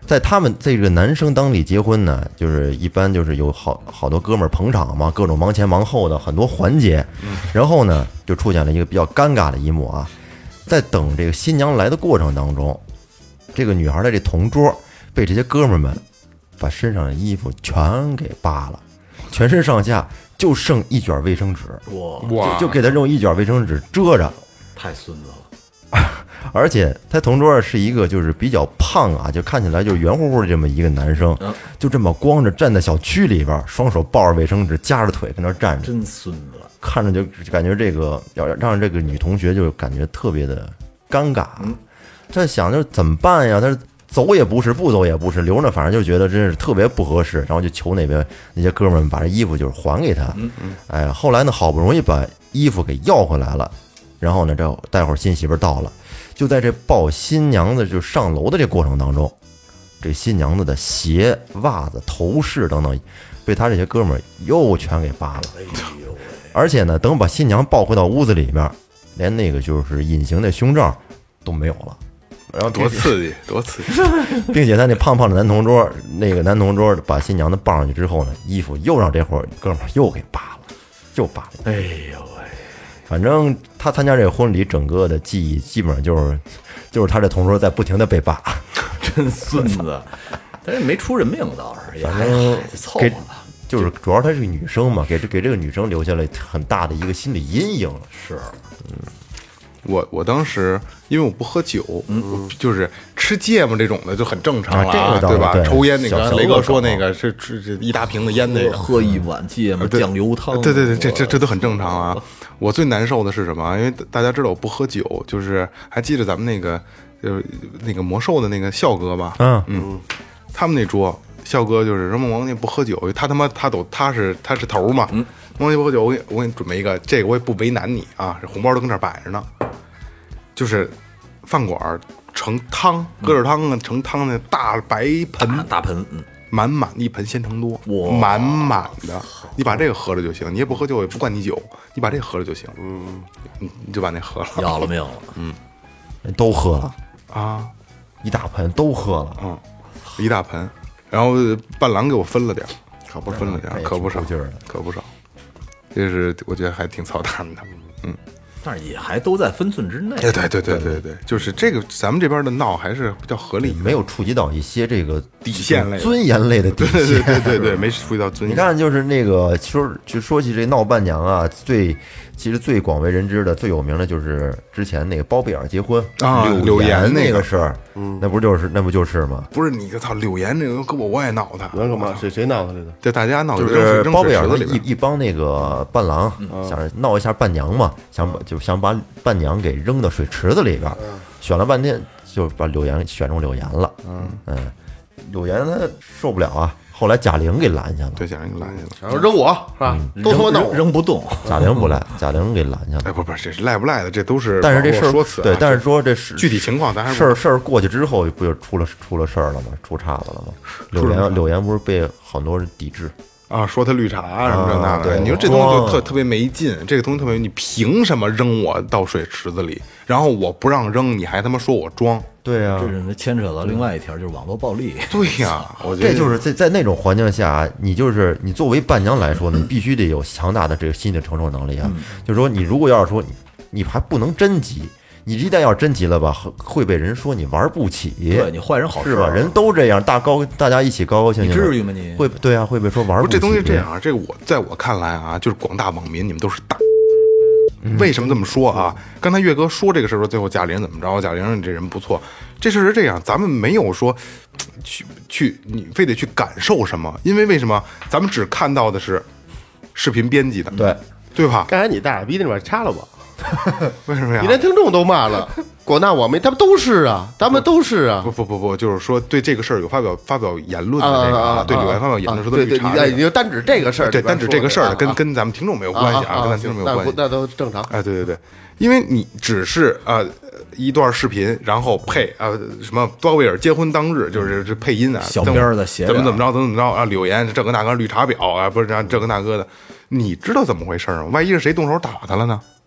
B: 在他们这个男生当地结婚呢，就是一般就是有好好多哥们儿捧场嘛，各种忙前忙后的很多环节，然后呢就出现了一个比较尴尬的一幕啊，在等这个新娘来的过程当中，这个女孩的这同桌被这些哥们儿们把身上的衣服全给扒了，全身上下就剩一卷卫生纸，
E: 哇，
C: 哇，
B: 就就给他用一卷卫生纸遮着。
E: 太孙子了。
B: 而且他同桌是一个就是比较胖啊，就看起来就是圆乎乎的这么一个男生，就这么光着站在小区里边，双手抱着卫生纸，夹着腿跟那站着，
E: 真孙子，
B: 看着就感觉这个要让这个女同学就感觉特别的尴尬。在想就是怎么办呀？他是走也不是，不走也不是，留着反正就觉得真是特别不合适，然后就求那边那些哥们儿把这衣服就是还给他。哎，后来呢，好不容易把衣服给要回来了，然后呢，这待会儿新媳妇到了。就在这抱新娘子就上楼的这过程当中，这新娘子的鞋、袜子、头饰等等，被他这些哥们儿又全给扒了。而且呢，等把新娘抱回到屋子里面，连那个就是隐形的胸罩都没有了。然后
C: 多刺激，多刺激！
B: 并且他那胖胖的男同桌，那个男同桌把新娘子抱上去之后呢，衣服又让这伙哥们儿又给扒了，又扒了。
E: 哎呦喂！
B: 反正他参加这个婚礼，整个的记忆基本上就是，就是他这同桌在不停的被扒，
E: 真孙子，但是没出人命倒是，也还凑合吧。
B: 就是主要她是个女生嘛，给这给这个女生留下了很大的一个心理阴影。
E: 是，
B: 嗯，
C: 我我当时因为我不喝酒，嗯，就是吃芥末这种的就很正常了，
B: 啊这个
C: 对吧？
B: 对
C: 抽烟那
B: 小
C: 个雷哥说那个是是是一大瓶子烟那个，
E: 喝一碗芥末酱油汤，
C: 对对对，这这这都很正常啊。我最难受的是什么？因为大家知道我不喝酒，就是还记得咱们那个就是那个魔兽的那个笑哥吧？
B: 嗯
C: 嗯，他们那桌笑哥就是说王爷不喝酒，他他妈他都他是他是头嘛。嗯，王爷不喝酒，我给我给你准备一个，这个我也不为难你啊，这红包都跟这儿摆着呢。就是饭馆盛汤，疙瘩汤啊，盛汤的大白盆，
E: 大盆，嗯，
C: 满满一盆鲜橙多，
E: 哇，
C: 满满的，你把这个喝了就行，你也不喝酒，也不管你酒，你把这个喝了就行，嗯，你你就把那喝了，
E: 要了命了，
C: 嗯，
B: 都喝了
C: 啊，
B: 一大盆都喝了，
C: 嗯，一大盆，然后伴郎给我分了点，可不分了点，可不少，可不少，这是我觉得还挺操蛋的，嗯。
E: 但是也还都在分寸之内。
C: 对对对对对对，就是这个咱们这边的闹还是比较合理，
B: 没有触及到一些这个
C: 底线类、
B: 尊严类的底线。
C: 对对对对，没触及到尊严。
B: 你看，就是那个说就说起这闹伴娘啊，最其实最广为人知的、最有名的就是之前那个包贝尔结婚
C: 啊，柳岩
B: 那个事儿，嗯，那不就是那不就是吗？
C: 不是你个操，柳岩这个跟我我也闹他，
D: 那干嘛？谁谁闹他这个？
C: 就大家闹，
B: 就是包贝尔一一帮那个伴郎想闹一下伴娘嘛，想把就想把伴娘给扔到水池子里边，选了半天就把柳岩选中柳岩了，嗯嗯，柳岩他受不了啊。后来贾玲给拦下了，
C: 对，贾玲给拦下了，
D: 然后扔我是吧？都说闹
E: 扔不动，
B: 贾玲不赖，贾玲给拦下了。
C: 哎，不不，这是赖不赖的，这都是。
B: 但是这事儿
C: 说辞，
B: 对，但是说这是
C: 具体情况，咱还
B: 事儿事儿过去之后，不就出了出了事儿了吗？出岔子了吗？柳岩柳岩不是被很多人抵制
C: 啊，说他绿茶什么这那的。你说这东西就特特别没劲，这个东西特别，你凭什么扔我到水池子里？然后我不让扔，你还他妈说我装？
B: 对呀，
E: 这是牵扯到另外一条，就是网络暴力。
C: 对呀，我觉得
B: 这就是在在那种环境下，你就是你作为伴娘来说呢，你必须得有强大的这个心理承受能力啊。就是说，你如果要是说你你还不能真急，你一旦要真急了吧，会被人说你玩不起。
E: 对你坏人好事
B: 是吧？人都这样，大高大家一起高高兴兴，
E: 至于吗你？
B: 会对啊，会被说玩不起。
C: 这东西这样，这个我在我看来啊，就是广大网民你们都是大。为什么这么说啊？刚才岳哥说这个事儿，说最后贾玲怎么着？贾玲这人不错。这事是这样，咱们没有说去去，你非得去感受什么，因为为什么？咱们只看到的是视频编辑的，
B: 对
C: 对吧？
D: 刚才你大傻逼那边插了吧？
C: 为什么呀？
D: 你连听众都骂了，广大网民他们都是啊，咱们都是啊。
C: 不不不不，就是说对这个事儿有发表发表言论的这个啊，对柳岩发表言论说的绿茶，
D: 对对，你就单指这个事儿，
C: 对，单指这个事儿，跟跟咱们听众没有关系啊，跟咱听众没有关系，
D: 那都正常。
C: 哎，对对对，因为你只是啊一段视频，然后配啊什么包贝尔结婚当日，就是这配音啊，
E: 小编的写
C: 怎么怎么着，怎么怎么着啊，柳岩这个那个绿茶婊啊，不是这这个那个的，你知道怎么回事吗？万一是谁动手打他了呢？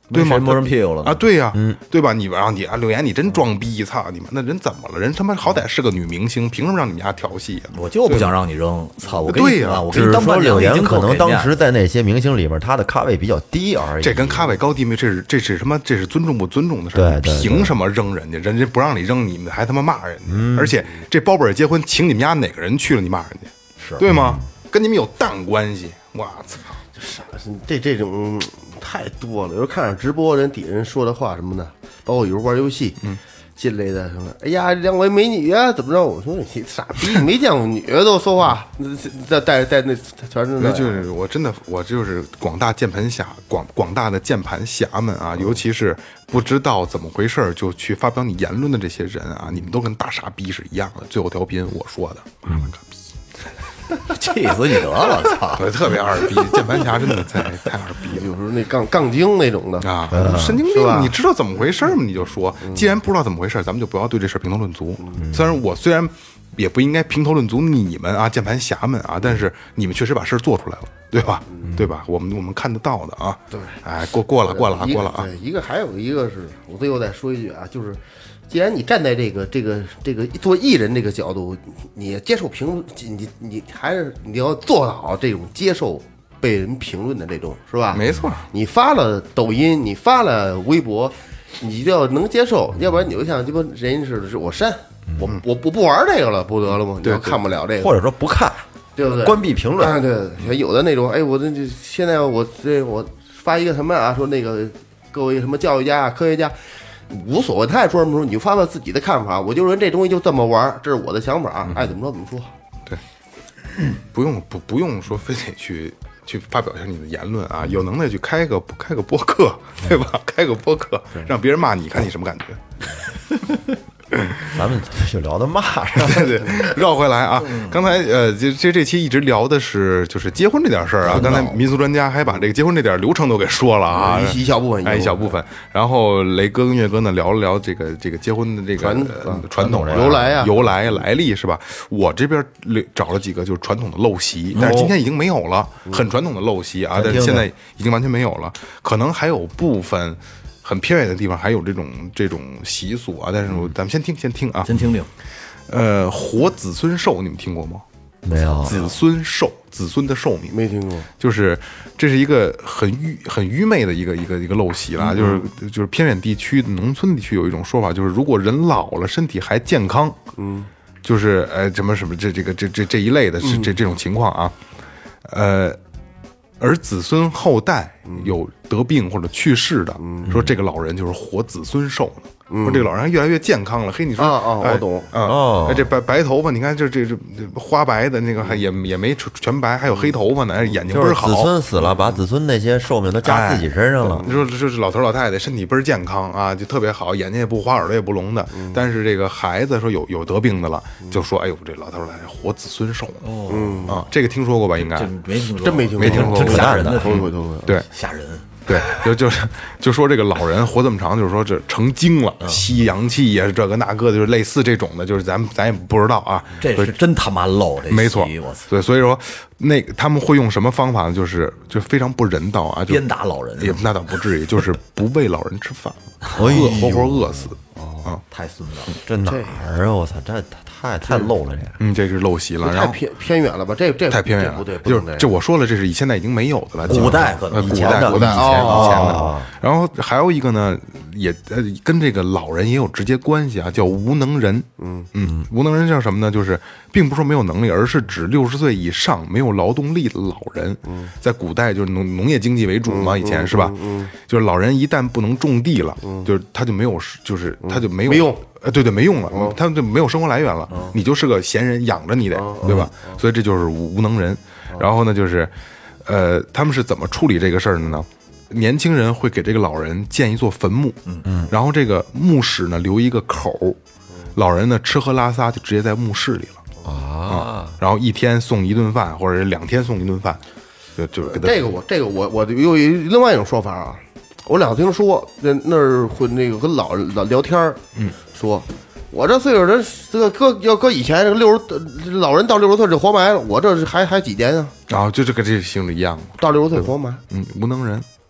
C: 对吗？
E: 摸人屁股了
C: 啊？对呀、啊，嗯，对吧？你然后你啊，柳岩你真装逼，操你妈！那人怎么了？人他妈好歹是个女明星，凭什么让你们家调戏啊？
E: 我就不想让你扔，操！我
C: 对呀、
E: 啊，我
B: 只是说
E: 给你当伴
B: 柳岩可能当
E: 时
B: 时在那些明星里面，她的咖位比较低而已。
C: 这跟咖位高低没，这是这是什么？这是尊重不尊重的事儿。
B: 对对对，
C: 凭什么扔人家？人家不让你扔，你们还他妈骂人家？嗯、而且这包本结婚，请你们家哪个人去了？你骂人家，
E: 是
C: 对吗？跟你们有蛋关系？我操！
D: 傻，这这种太多了。有时候看着直播，人底下人说的话什么的，包括有时候玩游戏，嗯，进来的什么，哎呀，两位美女啊，怎么着？我说你傻逼，你没见过女的都说话，在带带那全是那。
C: 就是我真的，我就是广大键盘侠，广广大的键盘侠们啊，尤其是不知道怎么回事就去发表你言论的这些人啊，你们都跟大傻逼是一样的。最后调频我说的，妈了个逼！
E: 气死你得了，操！
C: 我特别二逼，键盘侠真的太太二逼了。
D: 有时候那杠杠精那种的
C: 啊，神经病！你知道怎么回事吗？你就说，既然不知道怎么回事，咱们就不要对这事评头论足。虽然我虽然也不应该评头论足你们啊，键盘侠们啊，但是你们确实把事儿做出来了，对吧？对吧？我们我们看得到的啊。对，哎，过过了过了啊，过了啊。
D: 一个还有一个是我最后再说一句啊，就是。既然你站在这个这个这个做艺人这个角度，你接受评，你你还是你要做好这种接受被人评论的这种，是吧？
C: 没错。
D: 你发了抖音，你发了微博，你就要能接受，要不然你就像鸡巴人似的，是我删，我我我不玩这个了，不得了吗？你要看不了这个，
B: 或者说不看，
D: 对不对？
B: 关闭评论。
D: 啊，对，有的那种，哎，我这这现在我这我发一个什么啊？说那个各位什么教育家啊、科学家。无所谓，他爱说什么时候你就发表自己的看法。我就认为这东西就这么玩，这是我的想法，嗯、爱怎么说怎么说。
C: 对，不用不不用说非得去去发表一下你的言论啊，有能耐去开个开个播客，对吧？开个播客，让别人骂你，看你什么感觉。
B: 咱们就聊到骂上，
C: 对对，绕回来啊。刚才呃，这这这期一直聊的是就是结婚这点事儿啊。刚才民俗专家还把这个结婚这点流程都给说了啊，
D: 一小部分，
C: 哎，一小部分。然后雷哥跟岳哥呢聊了聊这个这个结婚的这个传统
D: 由来啊、
C: 由来来历是吧？我这边找了几个就是传统的陋习，但是今天已经没有了，很传统的陋习啊，但是现在已经完全没有了，可能还有部分。很偏远的地方还有这种这种习俗啊，但是咱们先听先听啊，
E: 先听听。
C: 呃，活子孙寿你们听过吗？
B: 没有。
C: 子孙寿，子孙的寿命
D: 没听过。
C: 就是这是一个很愚很愚昧的一个一个一个陋习啦，嗯、就是就是偏远地区、农村地区有一种说法，就是如果人老了，身体还健康，嗯，就是呃什么什么这这个这这这一类的是这这种情况啊，呃。而子孙后代有得病或者去世的，嗯、说这个老人就是活子孙寿呢。嗯、说这个老人还越来越健康了。嘿，你说
D: 啊啊，我懂
C: 啊。哦，这白白头发，你看这这这花白的那个还也也没全白，还有黑头发呢，眼睛倍儿好。
B: 子孙死了，把子孙那些寿命都加自己身上了。
C: 你说这是老头老太太身体倍儿健康啊，就特别好，眼睛也不花，耳朵也不聋的。嗯、但是这个孩子说有有得病的了，就说哎呦这老头老太太活子孙寿呢。哦，嗯啊，这个听说过吧？应该
E: 没听说，
D: 真没听
C: 没听说过，
E: 吓人的，
D: 头一回头一回。
C: 对，
E: 吓人。
C: 对，就就是就说这个老人活这么长，就是说这成精了，吸阳气呀，这个那个的，就是类似这种的，就是咱咱也不知道啊。
E: 这是真他妈漏，这
C: 没错。对，所以说那他们会用什么方法呢？就是就非常不人道啊，就
E: 鞭打老人。
C: 也那倒不至于，就是不喂老人吃饭，饿活活饿死。
E: 哦，太孙子了，
B: 这哪儿啊？我操，这太太漏了，这个。
C: 嗯，这是陋习了，
D: 太偏偏远了吧？这这
C: 太偏远了，
D: 不对，
C: 就是这我说了，这是现在已经没有的了，
E: 古代可能
C: 古代
D: 古代
C: 以前以前的。然后还有一个呢，也呃跟这个老人也有直接关系啊，叫无能人。嗯嗯，无能人叫什么呢？就是并不是说没有能力，而是指六十岁以上没有劳动力的老人。嗯，在古代就是农农业经济为主嘛，以前是吧？嗯，就是老人一旦不能种地了，就是他就没有，就是他就没有
D: 没用。
C: 呃，对对，没用了，他就没有生活来源了，你就是个闲人，养着你得，对吧？所以这就是无能人。然后呢，就是，呃，他们是怎么处理这个事儿的呢？年轻人会给这个老人建一座坟墓，嗯嗯，然后这个墓室呢留一个口，老人呢吃喝拉撒就直接在墓室里了啊。然后一天送一顿饭，或者两天送一顿饭，就就是给他
D: 这个我这个我我有另外一种说法啊。我老听说那那儿会那个跟老人老聊天，嗯，说我这岁数人这个搁要搁以前这个六十老人到六十岁就活埋了，我这还还几年啊？
C: 然后就这个这性质一样，
D: 到六十岁活埋，
C: 嗯，无能人，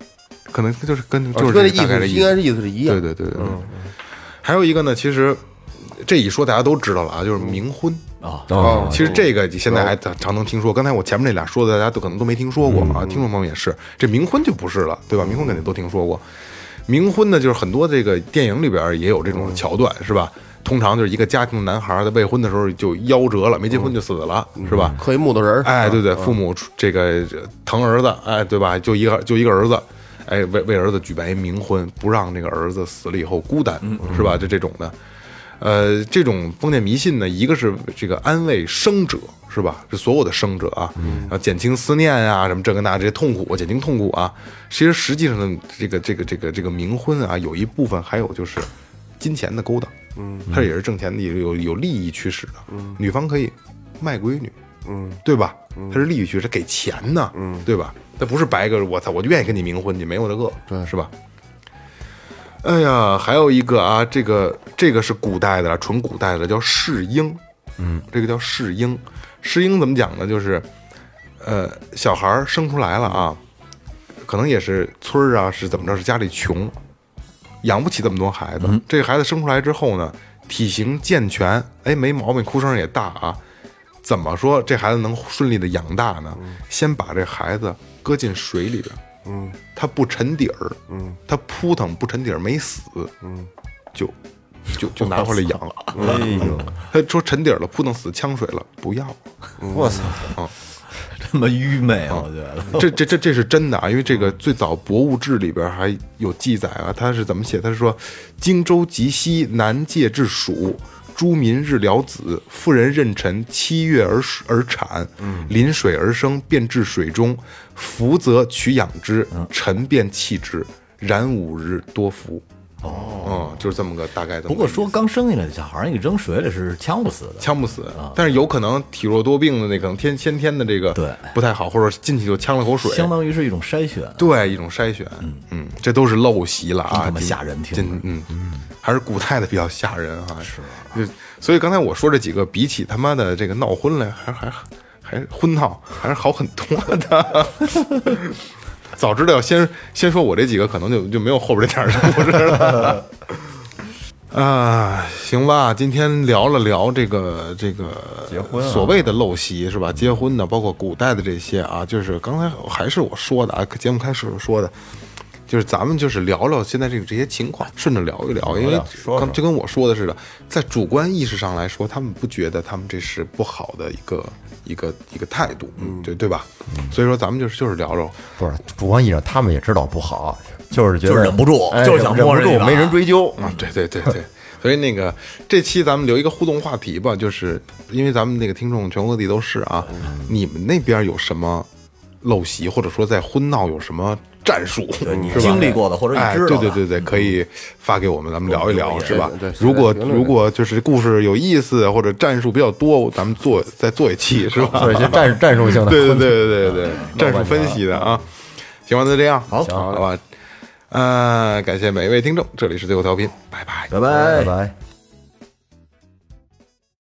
C: 可能就是跟
D: 哦
C: 就是
D: 跟这意思
C: 大概的
D: 应该是意思是一样。
C: 对对对对。还有一个呢，其实这一说大家都知道了啊，就是冥婚。
D: 哦，
C: 其实这个现在还常能听说，刚才我前面那俩说的，大家都可能都没听说过啊。听众朋友也是，这冥婚就不是了，对吧？冥婚肯定都听说过。冥婚呢，就是很多这个电影里边也有这种桥段，是吧？通常就是一个家庭男孩在未婚的时候就夭折了，没结婚就死了，是吧？
D: 刻一木头人儿，
C: 哎，对对，父母这个疼儿子，哎，对吧？就一个就一个儿子，哎，为为儿子举办一冥婚，不让这个儿子死了以后孤单，是吧？就这种的。呃，这种封建迷信呢，一个是这个安慰生者，是吧？是所有的生者啊，然后减轻思念啊，什么这个那这些痛苦，减轻痛苦啊。其实实际上呢，这个这个这个这个冥婚啊，有一部分还有就是金钱的勾当，嗯，它也是挣钱的，有有利益驱使的，嗯，女方可以卖闺女，嗯，对吧？它是利益驱使，给钱呢，嗯，对吧？它不是白个我操，我就愿意跟你冥婚，你没我这个，对，是吧？哎呀，还有一个啊，这个这个是古代的，纯古代的，叫试婴。嗯，这个叫试婴。试婴怎么讲呢？就是，呃，小孩生出来了啊，可能也是村儿啊，是怎么着？是家里穷，养不起这么多孩子。嗯、这个孩子生出来之后呢，体型健全，哎，没毛病，哭声也大啊。怎么说这孩子能顺利的养大呢？嗯、先把这孩子搁进水里边。嗯，他不沉底儿，嗯，他扑腾不沉底儿没死，嗯，就就就拿回来养了。哎呦，他说沉底儿了，扑腾死呛水了，不要。
B: 我操
C: 啊，
E: 这么愚昧啊！我觉得
C: 这这这这是真的啊，因为这个最早《博物志》里边还有记载啊，他是怎么写？他是说荆州及西南界至蜀。诸民日了子，妇人妊娠，七月而而产，临水而生，便至水中，浮则取养之，沉便弃之，然五日多服。哦，嗯，就是这么个大概的。
E: 不过说刚生下来的小孩，你扔水里是呛不死的，
C: 呛不死。但是有可能体弱多病的那可能天先天的这个
E: 对
C: 不太好，或者进去就呛了口水，
E: 相当于是一种筛选。
C: 对，一种筛选。嗯嗯，这都是陋习了啊，
E: 这么吓人听。
C: 嗯嗯，还是古代的比较吓人哈。是。就所以刚才我说这几个，比起他妈的这个闹婚来，还还还婚闹，还是好很多的。早知道要先先说我这几个，可能就就没有后边这点儿故事了。啊，行吧，今天聊了聊这个这个
B: 结婚、啊、
C: 所谓的陋习是吧？结婚的，包括古代的这些啊，就是刚才还是我说的啊，节目开始说的。就是咱们就是聊聊现在这个这些情况，顺着聊一聊，因为刚就跟我说的似的，在主观意识上来说，他们不觉得他们这是不好的一个一个一个态度，嗯，对对吧？嗯、所以说咱们就是就是聊聊，
B: 不是主观意识上，他们也知道不好，就是觉得
E: 就忍不住，
B: 哎、
E: 就是想摸
B: 忍不住，没人追究
C: 啊、嗯！对对对对，所以那个这期咱们留一个互动话题吧，就是因为咱们那个听众全国各地都是啊，嗯、你们那边有什么陋习，或者说在婚闹有什么战术，
E: 你经历过的或者你知道的、
C: 哎，对对对对，可以发给我们，咱们聊一聊，是吧？
D: 对对对
C: 如果如果就是故事有意思或者战术比较多，咱们做再做一期，是吧？
B: 做一些战战术性的，
C: 对对对对对对，战术分析的啊。行吧，那这样，
E: 好，
C: 好吧。呃，感谢每一位听众，这里是最后调频，拜拜，
E: 拜拜
B: 拜拜。